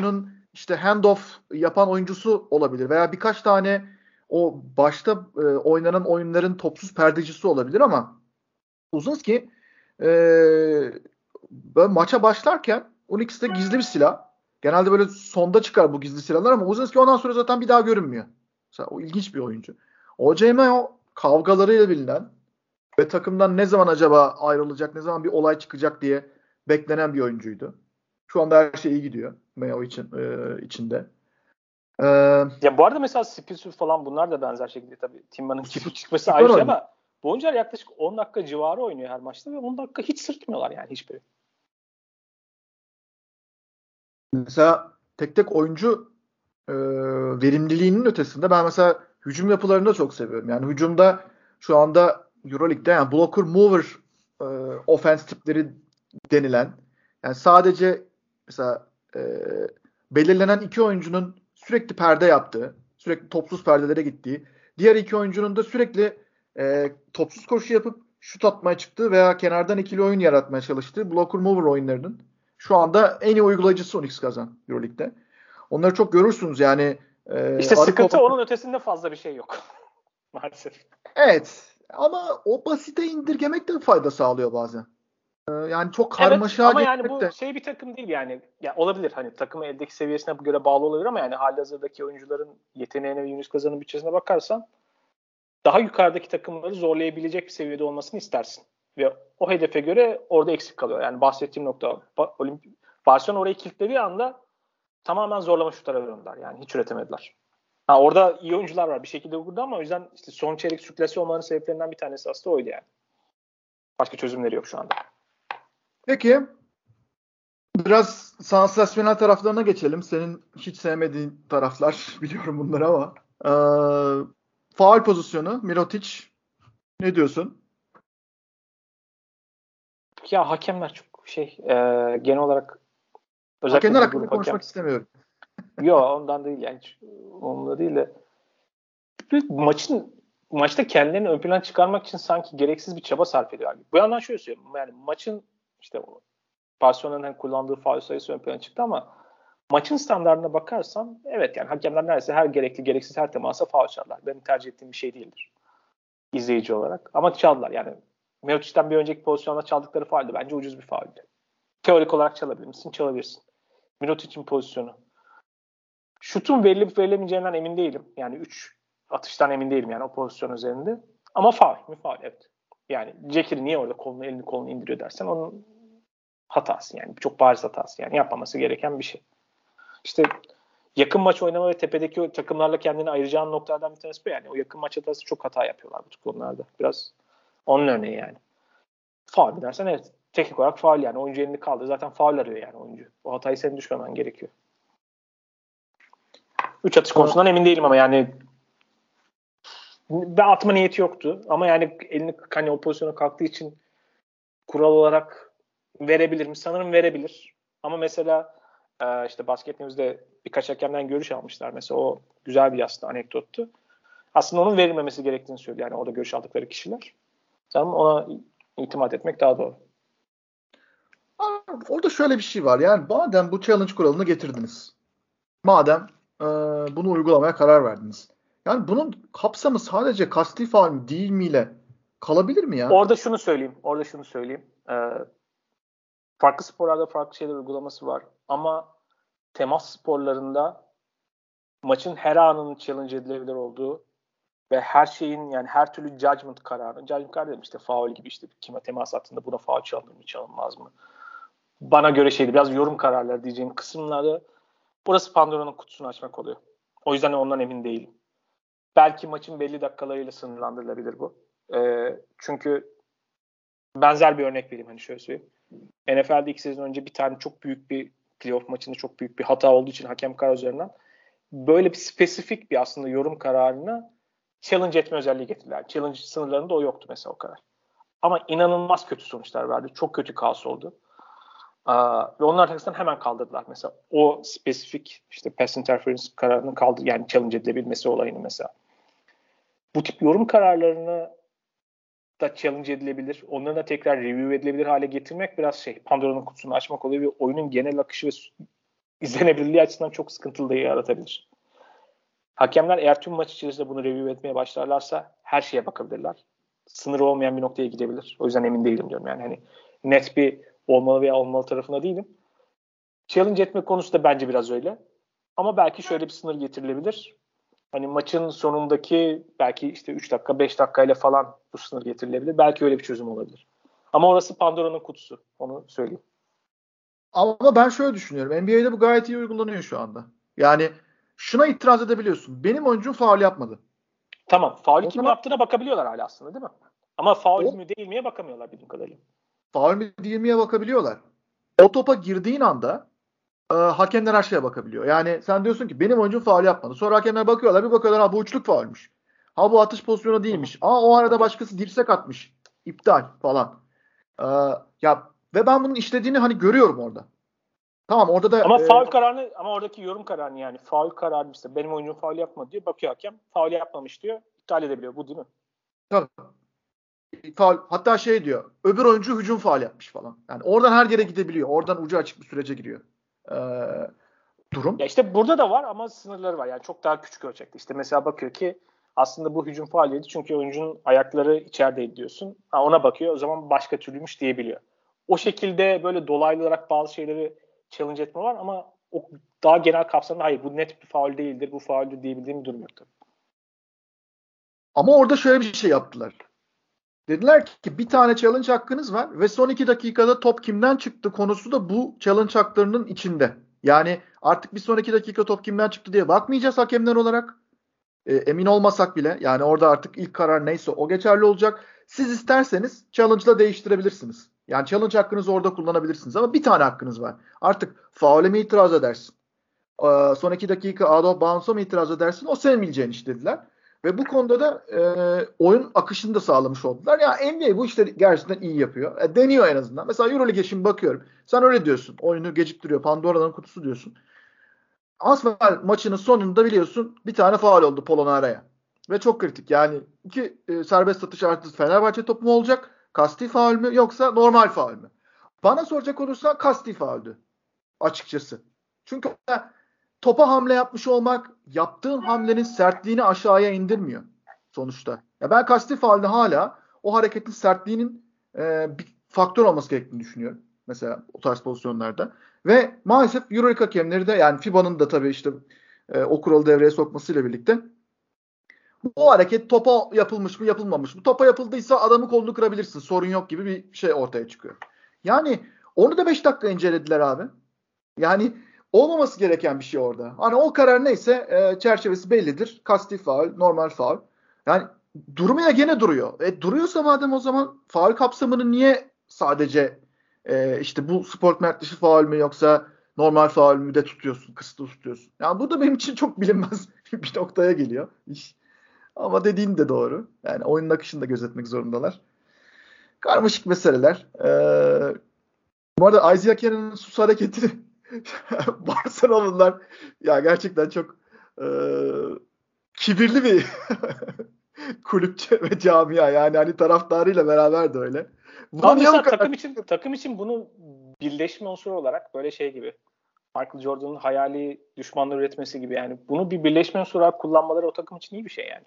işte handoff yapan oyuncusu olabilir veya birkaç tane o başta e, oynanan oyunların topsuz perdecisi olabilir ama Uzunski e, böyle maça başlarken Unix'te gizli bir silah. Genelde böyle sonda çıkar bu gizli silahlar ama Uzunski ondan sonra zaten bir daha görünmüyor. Mesela o ilginç bir oyuncu. O C M O kavgalarıyla bilinen ve takımdan ne zaman acaba ayrılacak, ne zaman bir olay çıkacak diye beklenen bir oyuncuydu. Şu anda her şey iyi gidiyor Mayo için e, içinde. Ee, Ya bu arada mesela Spilsuf falan bunlar da benzer şekilde tabii. Timba'nın çıkması Süper ayrı şey oynuyor. ama bu oyuncular yaklaşık on dakika civarı oynuyor her maçta ve on dakika hiç sırtmıyorlar yani hiçbiri. Mesela tek tek oyuncu e, verimliliğinin ötesinde ben mesela hücum yapılarını da çok seviyorum. Yani hücumda şu anda Euroleague'de yani blocker mover e, offense tipleri denilen yani sadece mesela e, belirlenen iki oyuncunun sürekli perde yaptığı, sürekli topsuz perdelere gittiği, diğer iki oyuncunun da sürekli e, topsuz koşu yapıp şut atmaya çıktığı veya kenardan ikili oyun yaratmaya çalıştığı blocker mover oyunlarının şu anda en iyi uygulayıcısı Onyx Kazan Euroleague'de. Onları çok görürsünüz yani e, İşte arı sıkıntı kovan. onun ötesinde fazla bir şey yok. Maalesef. Evet ama o basite indirgemek de fayda sağlıyor bazen. E, yani çok Evet karmaşa ama yani getirmek bu de. şey bir takım değil yani. Ya olabilir hani takımın eldeki seviyesine göre bağlı olabilir ama yani halihazırdaki oyuncuların yeteneğine ve Yunus Kazan'ın bütçesine bakarsan daha yukarıdaki takımları zorlayabilecek bir seviyede olmasını istersin. Ve o hedefe göre orada eksik kalıyor. Yani bahsettiğim nokta Olimp Barcelona orayı kilitlediği anda tamamen zorlama şutlara döndüler. Yani hiç üretemediler. Ha, orada iyi oyuncular var bir şekilde vurdu ama o yüzden işte son çeyrek sürklası olmanın sebeplerinden bir tanesi aslında oydu yani. Başka çözümleri yok şu anda. Peki biraz sansasyonel taraflarına geçelim. Senin hiç sevmediğin taraflar biliyorum bunları ama. E, faul pozisyonu Mirotic ne diyorsun? Ya hakemler çok şey e, genel olarak özellikle Hakemler bir hakkında grup hakem. konuşmak istemiyorum. Yok ondan değil yani onunla değil de maçın maçta kendilerini ön plana çıkarmak için sanki gereksiz bir çaba sarf ediyor. Bu yandan şöyle söyleyeyim. Yani maçın işte Barcelona'nın hani kullandığı faul sayısı ön plana çıktı ama maçın standartına bakarsan evet yani hakemler neredeyse her gerekli gereksiz her temasa faul çaldılar. Benim tercih ettiğim bir şey değildir izleyici olarak. Ama çaldılar yani. Mirotic'ten bir önceki pozisyonda çaldıkları fauldü. Bence ucuz bir fauldü. Teorik olarak çalabilir misin? Çalabilirsin. Mirotic'in pozisyonu. Şutun verilip verilemeyeceğinden emin değilim. Yani üç atıştan emin değilim yani o pozisyon üzerinde. Ama faul mi? Faul evet. Yani Cekiri niye orada kolunu elini kolunu indiriyor dersen onun hatası yani. Çok bariz hatası yani. Yapmaması gereken bir şey. İşte yakın maç oynama ve tepedeki o takımlarla kendini ayıracağın noktalardan bir tanesi bu yani. O yakın maç hatası çok hata yapıyorlar bu tür konularda. Biraz onun örneği yani. Faul dersen evet. Teknik olarak faul yani. Oyuncu elini kaldı. Zaten faul arıyor yani oyuncu. O hatayı senin düşmemen gerekiyor. Üç atış konusundan emin değilim ama yani ben atma niyeti yoktu. Ama yani elini hani o pozisyona kalktığı için kural olarak verebilir mi? Sanırım verebilir. Ama mesela e, işte Basket News'de birkaç hakemden görüş almışlar. Mesela o güzel bir aslında anekdottu. Aslında onun verilmemesi gerektiğini söylüyor. Yani orada görüş aldıkları kişiler. Sanırım ona itimat etmek daha doğru. Orada şöyle bir şey var. Yani madem bu challenge kuralını getirdiniz. Madem e, bunu uygulamaya karar verdiniz. Yani bunun kapsamı sadece kasti faul mü değil miyle kalabilir mi ya? Orada şunu söyleyeyim. Orada şunu söyleyeyim. Ee, farklı sporlarda farklı şeyler uygulaması var. Ama temas sporlarında maçın her anının challenge edilebilir olduğu ve her şeyin yani her türlü judgment kararı. Judgment kararı dedim işte faul gibi işte kime temas attığında buna faul çalınır mı çalınmaz mı? Bana göre şeydi biraz yorum kararları diyeceğim kısımlarda burası Pandora'nın kutusunu açmak oluyor. O yüzden ondan emin değilim. Belki maçın belli dakikalarıyla sınırlandırılabilir bu. Ee, çünkü benzer bir örnek vereyim hani şöyle söyleyeyim. N F L'de iki sezon önce bir tane çok büyük bir playoff maçında çok büyük bir hata olduğu için hakem karar üzerinden böyle bir spesifik bir aslında yorum kararına challenge etme özelliği getirdiler. Challenge sınırlarında o yoktu mesela o karar. Ama inanılmaz kötü sonuçlar verdi. Çok kötü kaos oldu. Aa, ve onun arkasından hemen kaldırdılar. Mesela o spesifik işte pass interference kararının kaldır yani challenge edilebilmesi olayını mesela. Bu tip yorum kararlarını da challenge edilebilir. Onları da tekrar review edilebilir hale getirmek biraz şey Pandora'nın kutusunu açmak oluyor ve oyunun genel akışı ve izlenebilirliği açısından çok sıkıntılı da yaratabilir. Hakemler eğer tüm maç içerisinde bunu review etmeye başlarlarsa her şeye bakabilirler. Sınırı olmayan bir noktaya gidebilir. O yüzden emin değilim diyorum. Yani hani net bir olmalı veya olmalı tarafında değilim. Challenge etme konusu da bence biraz öyle. Ama belki şöyle bir sınır getirilebilir. Hani maçın sonundaki belki işte üç dakika beş dakikayla falan bu sınır getirilebilir. Belki öyle bir çözüm olabilir. Ama orası Pandora'nın kutusu. Onu söyleyeyim. Ama ben şöyle düşünüyorum. N B A'de bu gayet iyi uygulanıyor şu anda. Yani şuna itiraz edebiliyorsun. Benim oyuncum faul yapmadı. Tamam. Faulü O kim zaman yaptığına bakabiliyorlar hala aslında değil mi? Ama faul o mü değil miye bakamıyorlar bildiğim kadarıyla. faul mü değil miye bakabiliyorlar. O topa girdiğin anda e, hakemler her şeye bakabiliyor. Yani sen diyorsun ki benim oyuncum faul yapmadı. Sonra hakemler bakıyorlar. Bir bakıyorlar ha bu uçluk faulmüş. Ha bu atış pozisyonu değilmiş. Aa o arada Okay. başkası dirsek atmış. İptal falan. Ee, ya ve ben bunun işlediğini hani görüyorum orada. Tamam orada da Ama e, faul kararını ama oradaki yorum kararını yani faul kararı işte benim oyuncum faul yapmadı diyor. Bakıyor hakem faul yapmamış diyor. İptal edebiliyor. Bu değil mi? tabii, faul, hatta şey diyor. Öbür oyuncu hücum faul yapmış falan. Yani oradan her yere gidebiliyor. Oradan ucu açık bir sürece giriyor. Ee, durum. Ya işte burada da var ama sınırları var. Yani çok daha küçük ölçekte. İşte mesela bakıyor ki aslında bu hücum faaliyeti çünkü oyuncunun ayakları içerideydi diyorsun. Ha, ona bakıyor. O zaman başka türlüymüş diyebiliyor. O şekilde böyle dolaylı olarak bazı şeyleri challenge etme var ama o daha genel kapsamda hayır bu net bir faul değildir. Bu fauldür diyebildiğim bir durum yok tabii. Ama orada şöyle bir şey yaptılar. Dediler ki bir tane challenge hakkınız var ve son iki dakikada top kimden çıktı konusu da bu challenge haklarının içinde. Yani artık bir sonraki dakika top kimden çıktı diye bakmayacağız hakemler olarak. E, emin olmasak bile yani orada artık ilk karar neyse o geçerli olacak. Siz isterseniz challenge'la değiştirebilirsiniz. Yani challenge hakkınızı orada kullanabilirsiniz ama bir tane hakkınız var. Artık faule mi itiraz edersin? E, son iki dakika out of bounds'a mı itiraz edersin? O senin bileceğin iş dediler. Ve bu konuda da e, oyun akışını da sağlamış oldular. Ya N B A bu işleri gerçekten iyi yapıyor. E, deniyor en azından. Mesela Euroleague'e şimdi bakıyorum. Sen öyle diyorsun. Oyunu geciktiriyor. Pandora'nın kutusu diyorsun. Asfalt maçının sonunda biliyorsun bir tane faul oldu Polonara'ya. Ve çok kritik. Yani iki e, serbest atış artı Fenerbahçe topu mu olacak? Kasti faul mü yoksa normal faul mü? Bana soracak olursa kasti fauldü açıkçası. Çünkü topa hamle yapmış olmak yaptığın hamlenin sertliğini aşağıya indirmiyor sonuçta. Ya ben kasti faulde hala o hareketin sertliğinin e, bir faktör olması gerektiğini düşünüyorum. Mesela o tarz pozisyonlarda. Ve maalesef Euroleague hakemleri de yani FIBA'nın da tabii işte e, o kuralı devreye sokmasıyla birlikte bu hareket topa yapılmış mı yapılmamış mı? Topa yapıldıysa adamın kolunu kırabilirsin. Sorun yok gibi bir şey ortaya çıkıyor. Yani onu da beş dakika incelediler abi. Yani olmaması gereken bir şey orada. Hani o karar neyse e, çerçevesi bellidir. Kasti faul, normal faul. Yani durmaya gene duruyor. E, duruyorsa madem o zaman faul kapsamını niye sadece e, işte bu sport mert dışı faul mü yoksa normal faul mü de tutuyorsun, kısıtlı tutuyorsun. Yani bu da benim için çok bilinmez bir noktaya geliyor iş. Ama dediğin de doğru. Yani oyunun akışını da gözetmek zorundalar. Karmaşık meseleler. Ee, bu arada Isaiah Cannon'ın sus hareketi Barcelonalılar ya gerçekten çok e, kibirli bir kulüpçe ve camia yani hani taraftarıyla beraber de öyle. Buna Ama niye bu mesela kadar? takım için takım için bunu birleşme unsuru olarak böyle şey gibi. Michael Jordan'ın hayali düşmanlar üretmesi gibi yani. Bunu bir birleşme unsuru olarak kullanmaları o takım için iyi bir şey yani.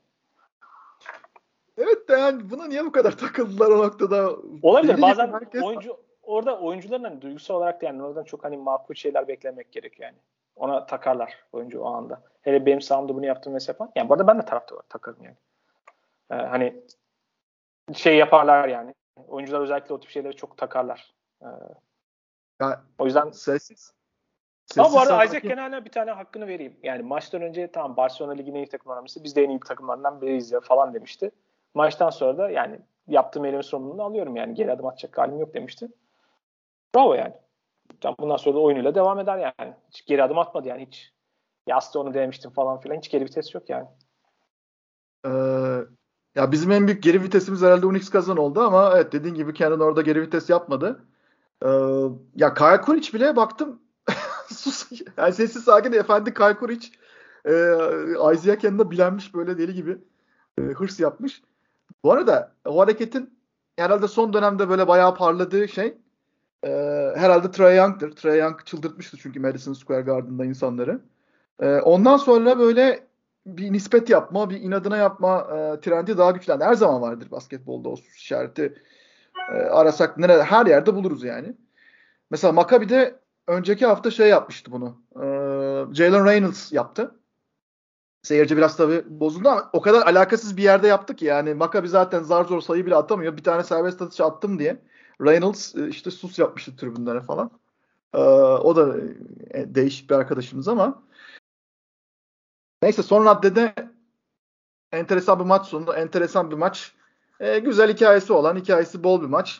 Evet de yani buna niye bu kadar takıldılar o noktada? Olabilir. Deli gibi Bazen herkes. oyuncu orada oyuncuların hani duygusal olarak da yani oradan çok hani makul şeyler beklemek gerekiyor yani. Ona takarlar oyuncu o anda. Hele benim sahamda bunu yaptım mesela falan. Yani bu arada ben de taraftar olarak takarım yani. Ee, hani şey yaparlar yani. Oyuncular özellikle o tip şeyleri çok takarlar. Ee, Ya, o yüzden sessiz. ama bu Sessiz arada Isaac sakin. Kenan'a bir tane hakkını vereyim. Yani maçtan önce tamam Barcelona Ligi'nin en iyi takımlarımızı biz de en iyi takımlarından biriyiz ya falan demişti. Maçtan sonra da yani yaptığım elimin sorumluluğunu alıyorum yani. Geri adım atacak halim yok demişti. Bravo yani. Bundan sonra da oyunuyla devam eder yani. Hiç geri adım atmadı yani hiç. Yastı onu denemiştim falan filan. Hiç geri vites yok yani. Ee, ya bizim en büyük geri vitesimiz herhalde Unix kazan oldu ama evet dediğin gibi Kenan orada geri vites yapmadı. Ee, ya Kyle Kuric bile baktım sus yani sessiz sakin efendi Kyle Kuric e, Isaiah Cannon'a bilenmiş böyle deli gibi e, hırs yapmış. Bu arada o hareketin herhalde son dönemde böyle bayağı parladığı şey E, herhalde Trae Young'dır. Trae Young çıldırtmıştı çünkü Madison Square Garden'da insanları. E, ondan sonra böyle bir nispet yapma, bir inadına yapma e, trendi daha güçlendi. Her zaman vardır basketbolda o işareti. E, arasak nerede, her yerde buluruz yani. Mesela Maccabi'de önceki hafta şey yapmıştı bunu. E, Jalen Reynolds yaptı. Seyirci biraz tabii bozuldu ama o kadar alakasız bir yerde yaptı ki yani Maccabi zaten zar zor sayı bile atamıyor. Bir tane serbest atış attım diye. Reynolds e, işte sus yapmıştı tribünlere falan. E, o da e, değişik bir arkadaşımız ama neyse son raddede enteresan bir maç sonunda enteresan bir maç. E, güzel hikayesi olan, hikayesi bol bir maç.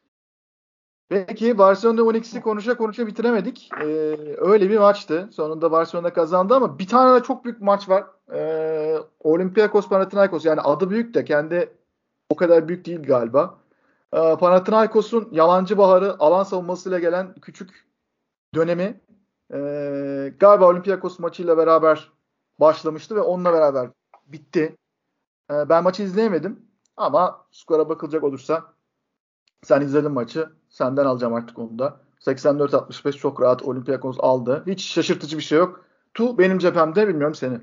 Peki Barcelona on ikisi konuşa konuşa bitiremedik. Ee, öyle bir maçtı. Sonunda Barcelona kazandı ama bir tane de çok büyük maç var. Ee, Olympiakos Panathinaikos yani adı büyük de kendi o kadar büyük değil galiba. Ee, Panathinaikos'un yalancı baharı alan savunmasıyla gelen küçük dönemi ee, galiba Olympiakos maçıyla beraber başlamıştı ve onunla beraber bitti. Ee, ben maçı izleyemedim ama skora bakılacak olursa sen izledin maçı. Senden alacağım artık onu da. seksen dört altmış beş çok rahat Olympiakos aldı. Hiç şaşırtıcı bir şey yok. Tu benim cephemde, bilmiyorum seni.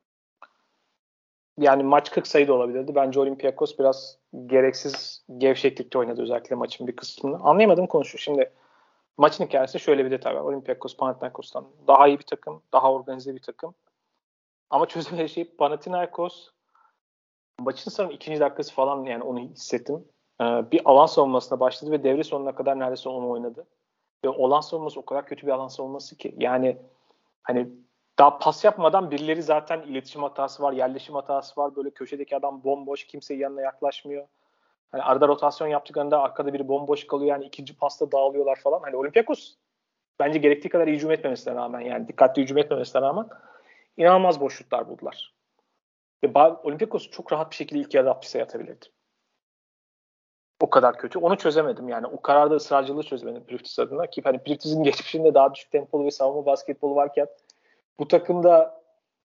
Yani maç kırk sayı da olabilirdi. Bence Olympiakos biraz gereksiz gevşeklikte oynadı özellikle maçın bir kısmını. Anlayamadım konuşuyor. Şimdi maçın hikayesinde şöyle bir detay var. Olympiakos Panathinaikos'tan daha iyi bir takım, daha organize bir takım. Ama çözemediği şey Panathinaikos maçın sanırım ikinci dakikası falan yani onu hissettim. Ee, bir alan savunmasına başladı ve devre sonuna kadar neredeyse onu oynadı. Ve alan savunması o kadar kötü bir alan savunması ki. Yani hani daha pas yapmadan birileri zaten iletişim hatası var, yerleşim hatası var. Böyle köşedeki adam bomboş, kimse yanına yaklaşmıyor. Hani arada rotasyon yaptıklarında arkada biri bomboş kalıyor. Yani ikinci pasta dağılıyorlar falan. Hani Olympiakos bence gerektiği kadar iyi hücum etmemesine rağmen yani dikkatli hücum etmemesine rağmen inanılmaz boşluklar buldular. Ve Olympiakos çok rahat bir şekilde ilk yarıda altmış sayı atabilirdi. O kadar kötü. Onu çözemedim yani. O kararda ısrarcılığı çözemedim Priftis adına. Ki hani Priftis'in geçmişinde daha düşük tempolu ve savunma basketbolu varken bu takımda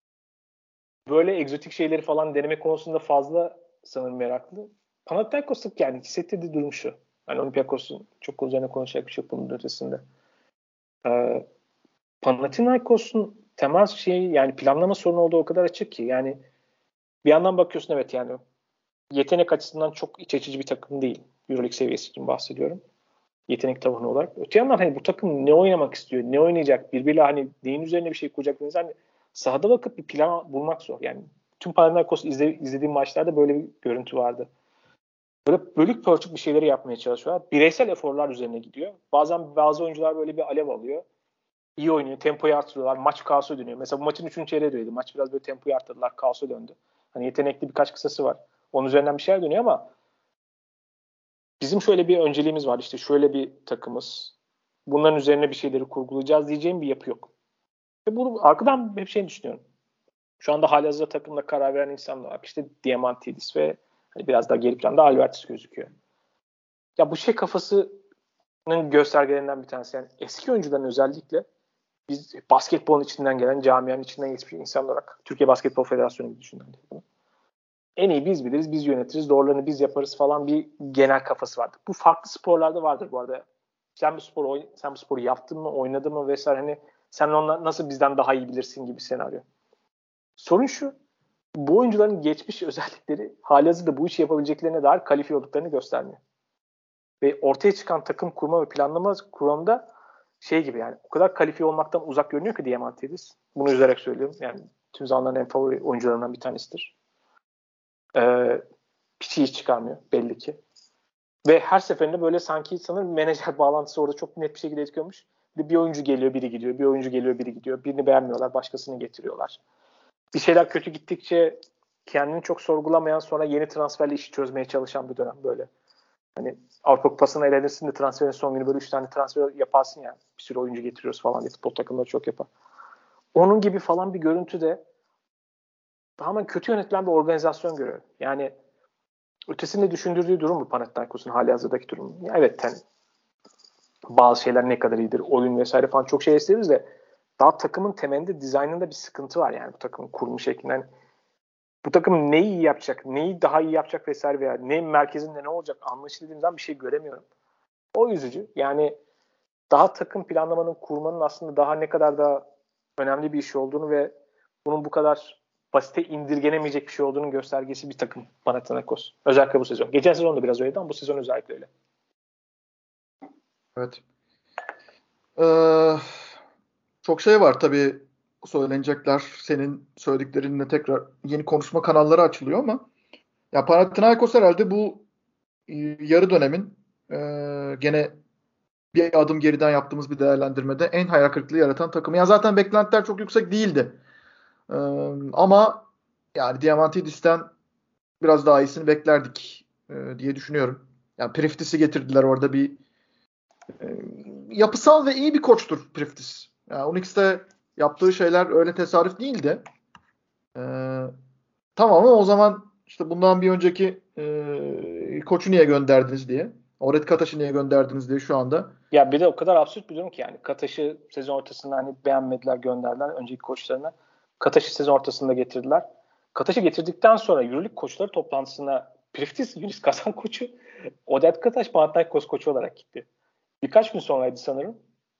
böyle egzotik şeyleri falan deneme konusunda fazla sanırım meraklı. Panathinaikos'ta yani hissettirdiği durum şu. Yani Olympiakos'un çok üzerine konuşacak bir şey bunun ötesinde. Ee, Panathinaikos'un temel şeyi yani planlama sorunu olduğu o kadar açık ki yani bir yandan bakıyorsun evet yani yetenek açısından çok iç açıcı bir takım değil. Euroleague seviyesi için bahsediyorum. Yetenek tavanı olarak. Öte yandan hani bu takım ne oynamak istiyor, ne oynayacak, birbiriyle hani neyin üzerine bir şey kuracak. Hani sahada bakıp bir plan bulmak zor. Yani tüm Panathinaikos izle, izlediğim maçlarda böyle bir görüntü vardı. Böyle bölük pörçük bir şeyleri yapmaya çalışıyorlar. Bireysel eforlar üzerine gidiyor. Bazen bazı oyuncular böyle bir alev alıyor. İyi oynuyor, tempoyu artırıyorlar. Maç kaosa dönüyor. Mesela bu maçın üçüncü çeyreği de öyleydi. Maç biraz böyle tempoyu arttırdılar, kaosa döndü. Hani yetenekli birkaç kısası var. Onun üzerinden bir şeyler dönüyor ama bizim şöyle bir önceliğimiz var. İşte şöyle bir takımız. Bunların üzerine bir şeyleri kurgulayacağız diyeceğim bir yapı yok. Ve bunu arkadan hep şey düşünüyorum. Şu anda halihazırda takımda karar veren insanlar var. İşte Diamantidis ve hani biraz daha geri planda Albertis gözüküyor. Ya bu şey kafasının göstergelerinden bir tanesi. Yani eski oyuncuların özellikle biz basketbolun içinden gelen, camianın içinden geçmiş insan olarak Türkiye Basketbol Federasyonu gibi düşünüyorum. En iyi biz biliriz, biz yönetiriz, doğrularını biz yaparız falan bir genel kafası vardır. Bu farklı sporlarda vardır bu arada. Sen bu sporu sen bu sporu yaptın mı, oynadın mı vesaire hani sen onları nasıl bizden daha iyi bilirsin gibi senaryo. Sorun şu. Bu oyuncuların geçmiş özellikleri halihazırda bu işi yapabileceklerine dair kalifiye olduklarını göstermiyor. Ve ortaya çıkan takım kurma ve planlama kuramında şey gibi yani o kadar kalifiye olmaktan uzak görünüyor ki Diamantidis. Bunu üzerek söylüyorum. Yani tüm zamanların en favori oyuncularından bir tanesidir. Ee, piçi hiç çıkarmıyor belli ki. Ve her seferinde böyle sanki sanırım menajer bağlantısı orada çok net bir şekilde etkiyormuş. Bir oyuncu geliyor, biri gidiyor. Bir oyuncu geliyor, biri gidiyor. Birini beğenmiyorlar, başkasını getiriyorlar. Bir şeyler kötü gittikçe kendini çok sorgulamayan sonra yeni transferle işi çözmeye çalışan bir dönem böyle. Hani Avrupa Kupası'na elenirsin de transferin son günü böyle üç tane transfer yaparsın yani. Bir sürü oyuncu getiriyoruz falan diye futbol takımları çok yapar. Onun gibi falan bir görüntü de tamamen kötü yönetilen bir organizasyon görüyorum. Yani ötesinde düşündürdüğü durum bu Panathinaikos'un hali hazırdaki durum. Ya evet yani bazı şeyler ne kadar iyidir, oyun vesaire falan çok şey isteriz de daha takımın temelinde dizaynında bir sıkıntı var yani bu takımın kurulumu şeklinden. Yani bu takım neyi iyi yapacak, neyi daha iyi yapacak vesaire veya ne merkezinde ne olacak anlaşıldığından bir şey göremiyorum. O üzücü. Yani daha takım planlamanın, kurmanın aslında daha ne kadar da önemli bir iş olduğunu ve bunun bu kadar basite indirgenemeyecek bir şey olduğunun göstergesi bir takım Panathinaikos. Özellikle bu sezon. Geçen sezon da biraz öyleydi ama bu sezon özellikle öyle. Evet. Ee, çok şey var tabii söylenecekler. Senin söylediklerinle tekrar yeni konuşma kanalları açılıyor ama ya Panathinaikos herhalde bu e, yarı dönemin e, gene bir adım geriden yaptığımız bir değerlendirmede en hayal kırıklığı yaratan takımı. Ya zaten beklentiler çok yüksek değildi. Ee, ama yani Diamantidis'ten biraz daha iyisini beklerdik e, diye düşünüyorum. Yani Priftis'i getirdiler orada bir e, yapısal ve iyi bir koçtur Priftis. Yani Unix'te yaptığı şeyler öyle tesadüf değildi. Ee, tamam ama o zaman işte bundan bir önceki e, koçu niye gönderdiniz diye. Oret Kataş'ı niye gönderdiniz diye şu anda. Ya bir de o kadar absürt bir durum ki yani. Kataş'ı sezon ortasında hani beğenmediler, gönderdiler önceki koçlarına. Kataş'ı sezon ortasında getirdiler. Kataş'ı getirdikten sonra Euroleague koçları toplantısına Priftis Yunus Kazan koçu, Odet Kataş Panathinaikos koçu olarak gitti. Birkaç gün sonraydı sanırım.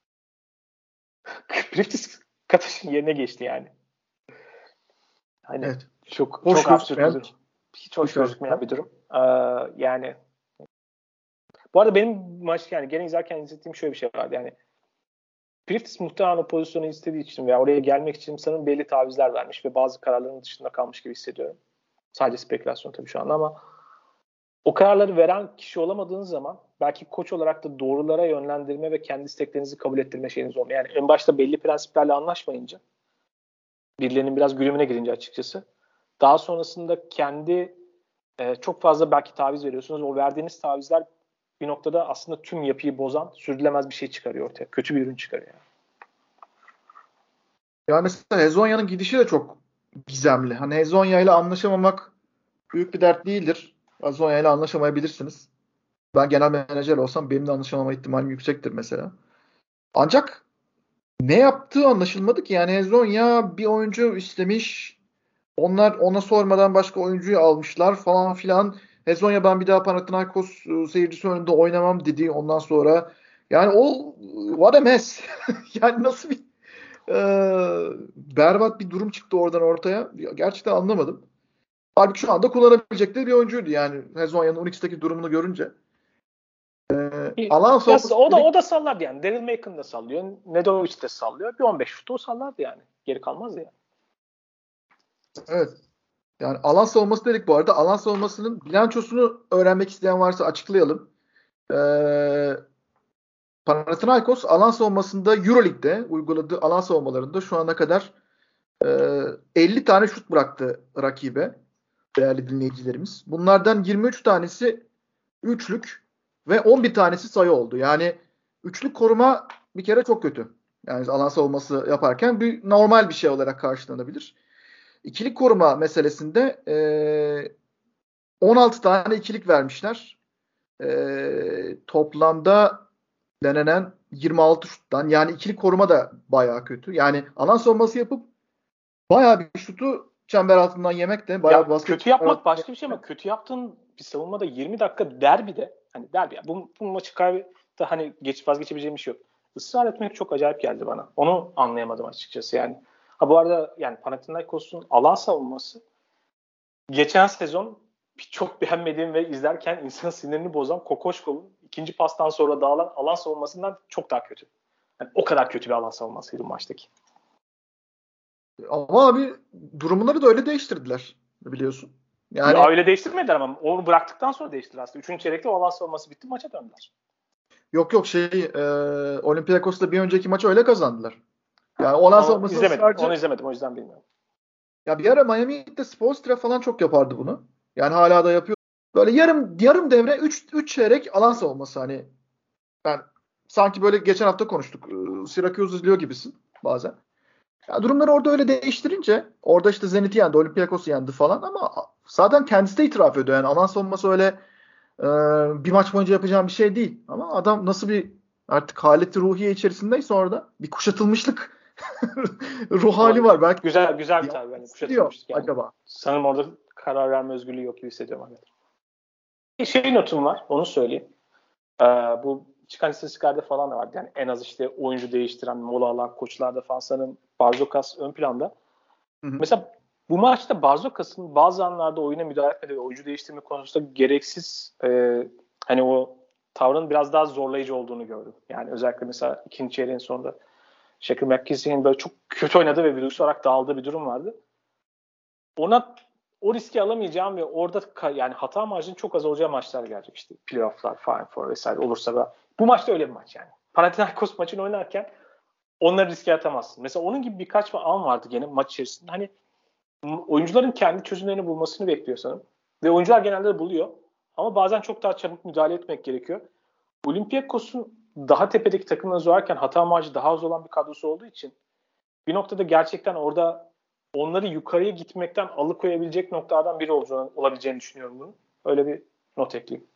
Priftis Kataş'ın yerine geçti yani. Hani Evet. çok Hoş çok absürt bir gözükmeyen durum. Hiç hoş bir gözükmeyen bir durum. Ee, yani bu arada benim maç yani gene izlerken izlediğim şöyle bir şey vardı. Yani Priftis muhtemelen o pozisyonu istediği için veya oraya gelmek için sanırım belli tavizler vermiş ve bazı kararların dışında kalmış gibi hissediyorum. Sadece spekülasyon tabii şu anda ama o kararları veren kişi olamadığınız zaman belki koç olarak da doğrulara yönlendirme ve kendi isteklerinizi kabul ettirme şeyiniz olmuyor. Yani en başta belli prensiplerle anlaşmayınca, birilerinin biraz güdümüne girince açıkçası, daha sonrasında kendi e, çok fazla belki taviz veriyorsunuz. O verdiğiniz tavizler bir noktada aslında tüm yapıyı bozan, sürdürülemez bir şey çıkarıyor ortaya. Kötü bir ürün çıkarıyor. Yani. Ya mesela Hezonya'nın gidişi de çok gizemli. Hani Hezonya ile anlaşamamak büyük bir dert değildir. Hezonya ile anlaşamayabilirsiniz. Ben genel menajer olsam benimle anlaşamama ihtimalim yüksektir mesela. Ancak ne yaptığı anlaşılmadı ki. Yani Hezonya bir oyuncu istemiş. Onlar ona sormadan başka oyuncuyu almışlar falan filan. Hezonya ben bir daha Panathinaikos e, seyircisi önünde oynamam dedi ondan sonra. Yani o what a mess. Yani nasıl bir e, berbat bir durum çıktı oradan ortaya. Gerçekten anlamadım. Halbuki şu anda kullanabilecekleri bir oyuncuydu yani Hezonya'nın Unix'teki durumunu görünce. Ee, alan Ya, savunması o da dedik. o da sallardı yani. Daryl Macon da sallıyor. Nedovic de sallıyor. Bir on beş şutu o sallardı yani. Geri kalmazdı yani. Evet. Yani alan savunması dedik bu arada. Alan savunmasının bilançosunu öğrenmek isteyen varsa açıklayalım. Ee, Panathinaikos alan savunmasında Euroleague'de uyguladığı alan savunmalarında şu ana kadar e, elli tane şut bıraktı rakibe değerli dinleyicilerimiz. Bunlardan yirmi üç tanesi üçlük ve on bir tanesi sayı oldu. Yani üçlük koruma bir kere çok kötü. Yani alan savunması yaparken bir normal bir şey olarak karşılanabilir. İkilik koruma meselesinde e, on altı tane ikilik vermişler. E, toplamda denenen yirmi altı şuttan. Yani ikilik koruma da bayağı kötü. Yani alan savunması yapıp bayağı bir şutu çember altından yemek de bayağı bir Ya basket kötü yapmak başka bir şey ama kötü yaptığın bir savunmada yirmi dakika derbide hani derbi ya bu, bu maçı kaybı da hani geç vazgeçebileceğim bir şey yok. Israr etmek çok acayip geldi bana. Onu anlayamadım açıkçası yani. Ha bu arada yani Panathinaikos'un alan savunması geçen sezon çok beğenmediğim ve izlerken insanın sinirini bozan Kokoşkov'un ikinci pastan sonra dağılan alan savunmasından çok daha kötü. Yani o kadar kötü bir alan savunmasıydı maçtaki. Ama abi durumları da öyle değiştirdiler biliyorsun. Yani, Yani öyle değiştirmediler ama onu bıraktıktan sonra değiştiler aslında. Üçüncü çeyrekte o alan savunması bitti, maça döndüler. yok yok şey e, Olympiakos'la bir önceki maçı öyle kazandılar. Yani olan Onu savunması izlemedim. ısrarcı. Onu izlemedim o yüzden bilmiyorum. Ya bir ara Miami'de Spoelstra falan çok yapardı bunu. Yani hala da yapıyor. Böyle yarım yarım devre üç üç çeyrek alan savunması hani ben sanki böyle geçen hafta konuştuk. Syracuse izliyor gibisin bazen. Ya durumları orada öyle değiştirince orada işte Zenit'i yendi, Olympiakos'u yendi falan ama zaten kendisi de itiraf ediyor. Yani alan savunması öyle e, bir maç boyunca yapacağım bir şey değil. Ama adam nasıl bir artık haleti ruhiye içerisindeyse orada bir kuşatılmışlık ruh hali var. Belki güzel güzel bir tabi. Yani diyor kuşatılmıştık yani. acaba. Sanırım orada karar verme özgürlüğü yok gibi hissediyorum. Bir şey notum var. Onu söyleyeyim. Ee, bu çıkan istatistiklerde falan da vardı. Yani en az işte oyuncu değiştiren, mola alan koçlarda falan sanırım Barzokas ön planda. Hı hı. Mesela bu maçta Barzokas'ın bazı anlarda oyuna müdahale etmedi ve oyuncu değiştirme konusunda gereksiz e, hani o tavrın biraz daha zorlayıcı olduğunu gördüm. Yani özellikle mesela ikinci çeyreğin sonunda Shaquille McKinsey'nin böyle çok kötü oynadığı ve virüs olarak dağıldığı bir durum vardı. Ona o riski alamayacağım ve orada yani hata marjının çok az olacağı maçlar gelecek. İşte playoff'lar, Final Four vesaire olursa da. Bu maçta öyle bir maç yani. Panathinaikos maçını oynarken onları riske atamazsın. Mesela onun gibi birkaç an vardı gene maç içerisinde. Hani oyuncuların kendi çözümlerini bulmasını bekliyor sanırım. Ve oyuncular genelde de buluyor. Ama bazen çok daha çabuk müdahale etmek gerekiyor. Olympiakos'un daha tepedeki takımla zorlarken hata marjı daha az olan bir kadrosu olduğu için bir noktada gerçekten orada onları yukarıya gitmekten alıkoyabilecek noktalardan biri olacağını, olabileceğini düşünüyorum bunu. Öyle bir not ekleyeyim.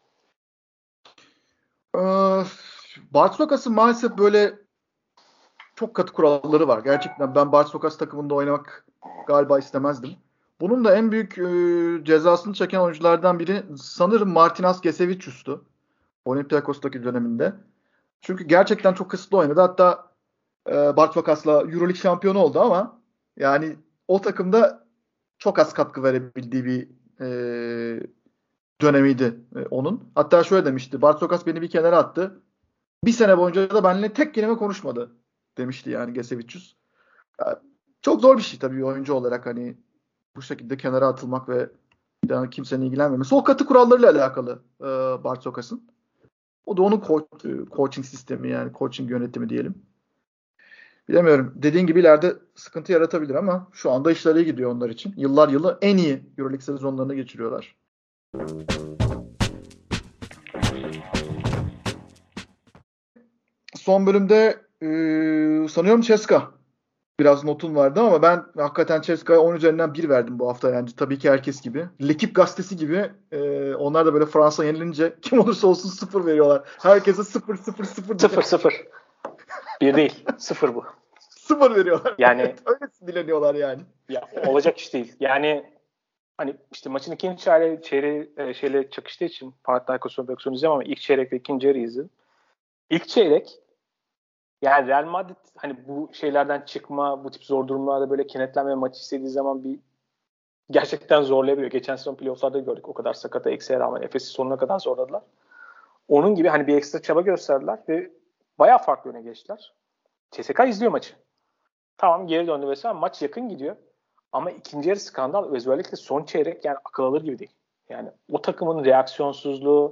Ee, Barçokas'ın maalesef böyle çok katı kuralları var. Gerçekten ben Barçokas takımında oynamak galiba istemezdim. Bunun da en büyük e, cezasını çeken oyunculardan biri sanırım Martinas Gesevicius'tu. Olympiakos'taki döneminde. Çünkü gerçekten çok kısıtlı oynadı. Hatta e, Barçokas'la Euroleague şampiyonu oldu ama yani o takımda çok az katkı verebildiği bir e, dönemiydi e, onun. Hatta şöyle demişti. Barçokas beni bir kenara attı. Bir sene boyunca da benimle tek kelime konuşmadı demişti yani Gesevicius. Yani çok zor bir şey tabii bir oyuncu olarak hani bu şekilde kenara atılmak ve bir daha kimsenin ilgilenmemesi. O katı kurallarıyla alakalı e, Barçokas'ın. O da onun co- coaching sistemi yani coaching yönetimi diyelim. Bilemiyorum. Dediğin gibi ileride sıkıntı yaratabilir ama şu anda işler iyi gidiyor onlar için. Yıllar yılı en iyi EuroLeague sezonlarını geçiriyorlar. Son bölümde e, sanıyorum Ceska. Biraz notun vardı ama ben hakikaten Ceska'ya on üzerinden bir verdim bu hafta yani. Tabii ki herkes gibi. L'Equipe gazetesi gibi e, onlar da böyle Fransa yenilince kim olursa olsun sıfır veriyorlar. Herkese sıfır sıfır sıfır. Sıfır sıfır. Bir değil. Sıfır bu. Sıfır veriyorlar. Yani öyle dileniyorlar yani. Ya olacak iş değil. Yani hani işte maçın ikinci çeyreği, çeyreği e, şeyle çakıştığı için Panathinaikos'un Olympiakos'un izleyemem ama ilk çeyrek ve ikinci yarı izledim. İlk çeyrek yani Real Madrid hani bu şeylerden çıkma, bu tip zor durumlarda böyle kenetlenme maçı istediği zaman bir gerçekten zorlayabiliyor. Geçen sezon playoff'larda gördük. O kadar sakata eksiğe rağmen Efes'i sonuna kadar zorladılar. Onun gibi hani bir ekstra çaba gösterdiler ve bayağı farklı öne geçtiler. C S K A izliyor maçı. Tamam geri döndü vesaire. Maç yakın gidiyor. Ama ikinci yarı skandal. Özellikle son çeyrek yani akıl alır gibi değil. Yani o takımın reaksiyonsuzluğu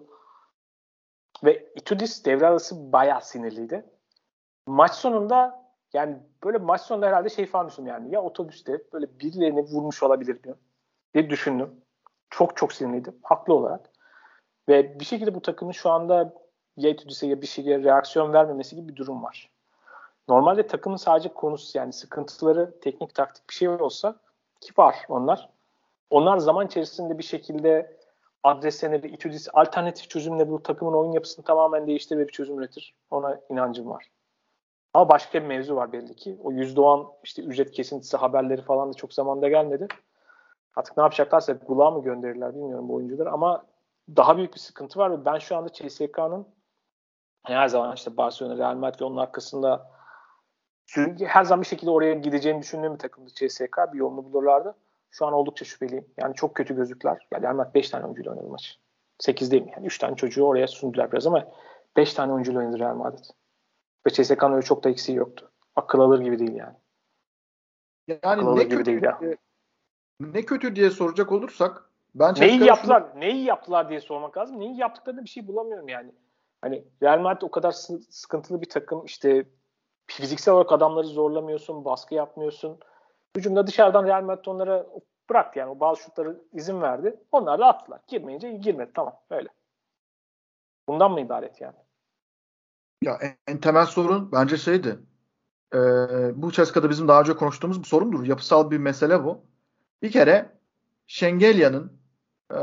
ve Itudis devre arası bayağı sinirliydi. Maç sonunda yani böyle maç sonunda herhalde şey falan düşündüm yani. Ya otobüste böyle birilerini vurmuş olabilir mi diye düşündüm. Çok çok sinirliydi. Haklı olarak. Ve bir şekilde bu takımın şu anda ya Itudis'e ya bir şeye reaksiyon vermemesi gibi bir durum var. Normalde takımın sadece konusu yani sıkıntıları teknik taktik bir şey olsa ki var onlar. Onlar zaman içerisinde bir şekilde adreslenir, Itudis alternatif çözümle bu takımın oyun yapısını tamamen değiştirir ve bir çözüm üretir. Ona inancım var. Ama başka bir mevzu var belli ki. O yüzde on işte ücret kesintisi haberleri falan da çok zamanda gelmedi. Artık ne yapacaklarsa Gula mı gönderirler bilmiyorum bu oyuncuları ama daha büyük bir sıkıntı var ve ben şu anda C S K A'nın her zaman işte Barcelona, Real Madrid ve onun arkasında her zaman bir şekilde oraya gideceğini düşündüğüm bir takımdı C S K A. Bir yolunu bulurlardı. Şu an oldukça şüpheliyim. Yani çok kötü gözükler. Yani Real Madrid beş tane oyuncuyla oynadı maçı. sekiz değil mi? Yani üç tane çocuğu oraya sundular biraz ama beş tane oyuncuyla oynadı Real Madrid. Ve C S K A'nın öyle çok da eksiği yoktu. Akıl alır gibi değil yani. Yani Akıl alır ne gibi kötü değil ya. diye, ne kötü diye soracak olursak ben neyi yaptılar? Şunu... Neyi yaptılar diye sormak lazım. Neyi yaptıklarında bir şey bulamıyorum yani. Hani Real Madrid o kadar sıkıntılı bir takım işte fiziksel olarak adamları zorlamıyorsun, baskı yapmıyorsun. Hücumda dışarıdan Real Madrid onlara bıraktı yani o bazı şutları izin verdi. Onlar da attılar. Girmeyince girmedi tamam öyle. Bundan mı ibaret yani? Ya en, en temel sorun bence şeydi. Ee, bu Ceska'da bizim daha önce konuştuğumuz bir sorundur. Yapısal bir mesele bu. Bir kere Şengelya'nın e,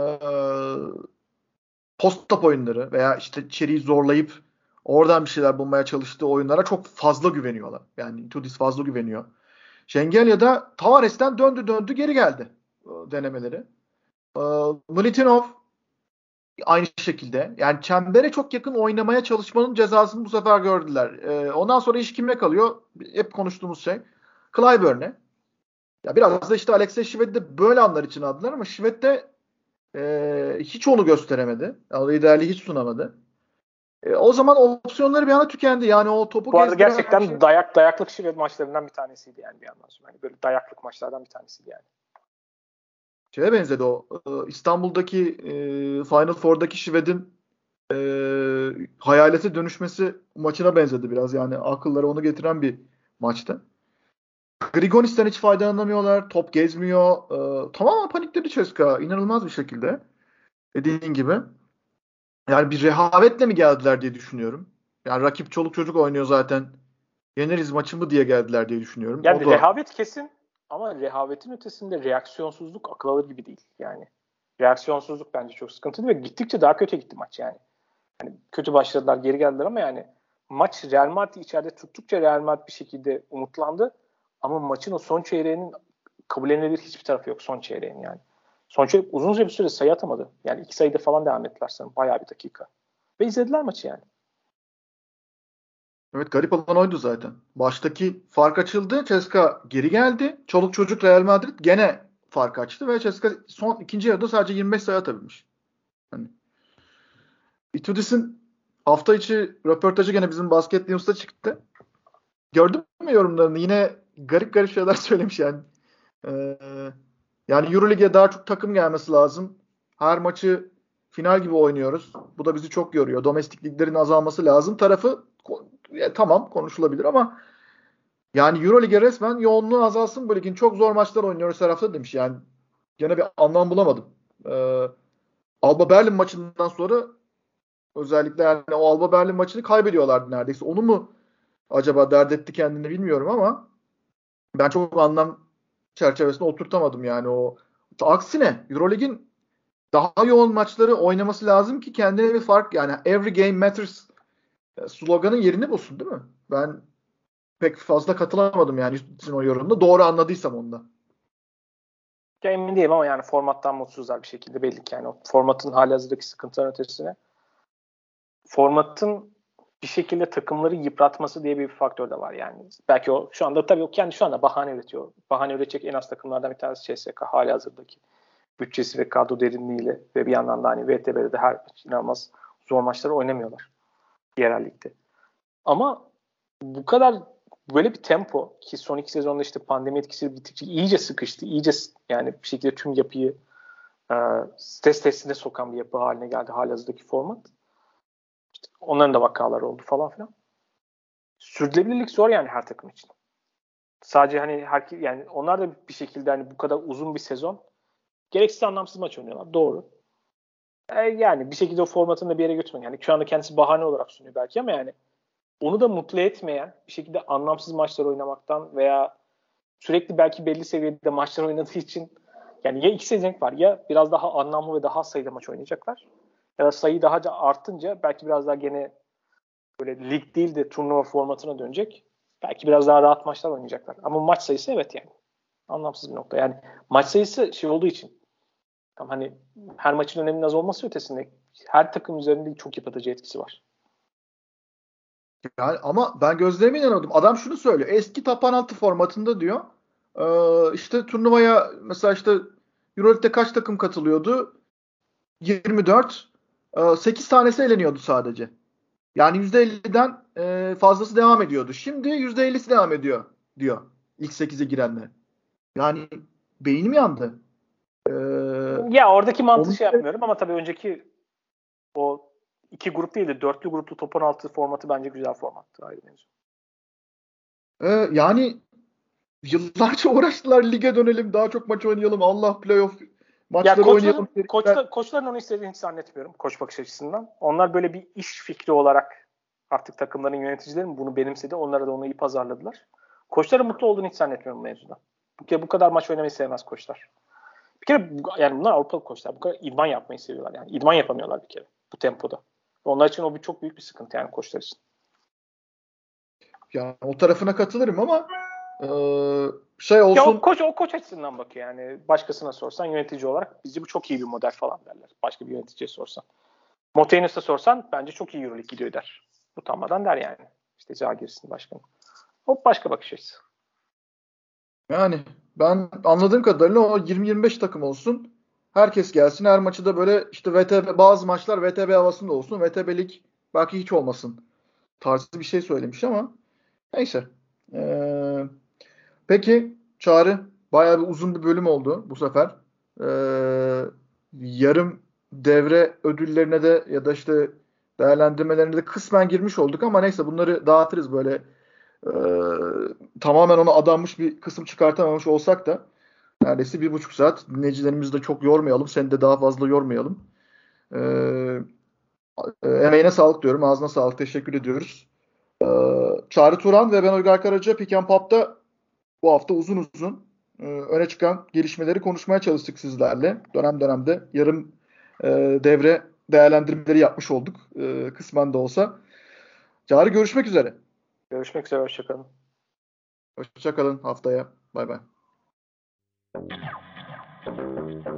post-up oyunları veya işte içeriği zorlayıp oradan bir şeyler bulmaya çalıştığı oyunlara çok fazla güveniyorlar. Yani Itudis fazla güveniyor. Şengelya'da Tavares'ten döndü döndü geri geldi denemeleri. Militinov aynı şekilde. Yani çembere çok yakın oynamaya çalışmanın cezasını bu sefer gördüler. Ee, ondan sonra iş kime kalıyor? Hep konuştuğumuz şey. Clyburn'e. Ya biraz da işte Alexey Shved de böyle anlar için aldılar ama Shved de e, hiç onu gösteremedi. Yani liderliği hiç sunamadı. E, o zaman opsiyonları bir anda tükendi. Yani o topu Bu arada gezdiren gerçekten şey. dayak dayaklık Şivet maçlarından bir tanesiydi yani bir yandan sonra. Yani böyle dayaklık maçlardan bir tanesiydi yani. Şeye benzedi o. E, İstanbul'daki e, Final Four'daki Shved'in e, hayalete dönüşmesi maçına benzedi biraz. Yani akıllara onu getiren bir maçtı. Grigonis'ten hiç faydalanamıyorlar. Top gezmiyor. E, tamamen panikledi C S K A. İnanılmaz bir şekilde. Dediğin gibi. Yani bir rehavetle mi geldiler diye düşünüyorum. Yani rakip çoluk çocuk oynuyor zaten. Yeneriz maçı mı diye geldiler diye düşünüyorum. O Yani da rehavet kesin ama rehavetin ötesinde reaksiyonsuzluk akıl alır gibi değil. Yani reaksiyonsuzluk bence çok sıkıntılı ve gittikçe daha kötü gitti maç yani. Yani kötü başladılar, geri geldiler ama yani maç Real Madrid içeride tuttukça Real Madrid bir şekilde umutlandı. Ama maçın o son çeyreğinin kabul edilebilir hiçbir tarafı yok son çeyreğin yani. Son çeyrek uzunca bir süre sayı atamadı. Yani iki sayıda falan devam ettiler sanırım. Bayağı bir dakika. Ve izlediler maçı yani. evet, garip olan oydu zaten. Baştaki fark açıldı. C S K A geri geldi. Çoluk çocuk Real Madrid gene fark açtı ve C S K A son ikinci yarıda sadece yirmi beş sayı atabilmiş. Hani Itudis'in hafta içi röportajı gene bizim Basket News'ta çıktı. Gördün mü yorumlarını? Yine garip garip şeyler söylemiş yani. Ee, yani Euroleague'e daha çok takım gelmesi lazım. Her maçı final gibi oynuyoruz. Bu da bizi çok yoruyor. Domestik liglerin azalması lazım. Tarafı e, tamam konuşulabilir ama yani Euroleague'e resmen yoğunluğu azalsın bu ligin. Çok zor maçlar oynuyoruz her hafta demiş. Yani gene bir anlam bulamadım. Ee, Alba Berlin maçından sonra özellikle yani o Alba Berlin maçını kaybediyorlardı neredeyse. Onu mu acaba dert etti kendini bilmiyorum ama ben çok anlam çerçevesinde oturtamadım yani o. Aksine Euroleague'in daha yoğun maçları oynaması lazım ki kendine bir fark yani every game matters sloganın yerini bulsun değil mi? Ben pek fazla katılamadım yani sizin o yorumda. Doğru anladıysam onda. Ya emin değilim ama yani formattan mutsuzlar bir şekilde belli ki yani o formatın halihazırdaki sıkıntıların ötesine. Formatın bir şekilde takımları yıpratması diye bir faktör de var yani. Belki o şu anda tabii o kendi şu anda bahane üretiyor. Bahane üretecek en az takımlardan bir tanesi C S K A halihazırdaki bütçesi ve kadro derinliğiyle ve bir yandan da hani V T B'de de her inanılmaz zor maçları oynamıyorlar yerel ligde. Ama bu kadar böyle bir tempo ki son iki sezonda işte pandemi etkisi bittikçe iyice sıkıştı. İyice yani bir şekilde tüm yapıyı e, stres testine sokan bir yapı haline geldi halihazırdaki format. İşte onların da vakaları oldu falan filan. Sürdürülebilirlik zor yani her takım için. Sadece hani her, yani onlar da bir şekilde hani bu kadar uzun bir sezon gereksiz anlamsız maç oynuyorlar. Doğru. E, yani bir şekilde o formatını da bir yere götürmek. Yani şu anda kendisi bahane olarak sunuyor belki ama yani onu da mutlu etmeyen bir şekilde anlamsız maçlar oynamaktan veya sürekli belki belli seviyede maçlar oynadığı için yani ya iki seçenek var ya biraz daha anlamlı ve daha sayıda maç oynayacaklar ya da sayı daha artınca belki biraz daha gene böyle lig değil de turnuva formatına dönecek. Belki biraz daha rahat maçlar oynayacaklar. Ama maç sayısı evet yani. Anlamsız bir nokta. Yani maç sayısı şey olduğu için tam hani her maçın öneminin az olması ötesinde her takım üzerinde çok yıpratıcı etkisi var. Yani ama ben gözlerime inanamadım. Adam şunu söylüyor. Eski top on altı formatında diyor. E, işte turnuvaya mesela işte Euroleague'de kaç takım katılıyordu? yirmi dört. E, sekiz tanesi eleniyordu sadece. Yani yüzde elliden e, fazlası devam ediyordu. Şimdi yüzde ellisi devam ediyor diyor. İlk sekize girenler. Yani beynim yandı. Ee, Ya oradaki mantığı onun şey yapmıyorum ama tabii önceki o iki grup değil de dörtlü gruplu top on altı formatı bence güzel formattı. Ayrı mevzu. e, yani yıllarca uğraştılar lige dönelim daha çok maç oynayalım Allah playoff Ya maçları oynayalım. koçların koçlar, koçların onu istediğini hiç zannetmiyorum koç bakış açısından. Onlar böyle bir iş fikri olarak artık takımların yöneticileri mi bunu benimsedi. Onlara da onu iyi pazarladılar. Koçların mutlu olduğunu hiç zannetmiyorum bu mevzuda. Bu kere bu kadar maç oynamayı sevmez koçlar. Bir kere yani bunlar Avrupalı koçlar. Bu kadar idman yapmayı seviyorlar yani. İdman yapamıyorlar bir kere bu tempoda. Onlar için o bir çok büyük bir sıkıntı yani koçlar için. Yani o tarafına katılırım ama Ee, şey Ya olsun. o koç, o koç açısından bakıyor yani. Başkasına sorsan yönetici olarak bizce bu çok iyi bir model falan derler. Başka bir yöneticiye sorsan. Montaignus'a sorsan bence çok iyi Euroleague gidiyor der. Utanmadan der yani. İşte Žalgiris'in başkanı. O başka bakış açısı. Yani ben anladığım kadarıyla o yirmi yirmi beş takım olsun. Herkes gelsin. Her maçı da böyle işte V T B, bazı maçlar V T B havasında olsun. V T B Lig belki hiç olmasın tarzı bir şey söylemiş ama neyse. Ee, peki Çağrı, bayağı bir uzun bir bölüm oldu bu sefer. Ee, yarım devre ödüllerine de ya da işte değerlendirmelerine de kısmen girmiş olduk ama neyse bunları dağıtırız böyle. Ee, tamamen ona adanmış bir kısım çıkartamamış olsak da neredeyse bir buçuk saat. Dinleyicilerimizi de çok yormayalım. Seni de daha fazla yormayalım. Ee, e, emeğine sağlık diyorum. Ağzına sağlık. Teşekkür ediyoruz. Ee, Çağrı Turan ve ben Uygar Karaca Pick and Pop'ta bu hafta uzun uzun e, öne çıkan gelişmeleri konuşmaya çalıştık sizlerle. Dönem dönemde yarım e, devre değerlendirmeleri yapmış olduk. E, kısmen de olsa. Çağrı, görüşmek üzere. Görüşmek üzere. Hoşçakalın. Hoşçakalın haftaya. Bay bay.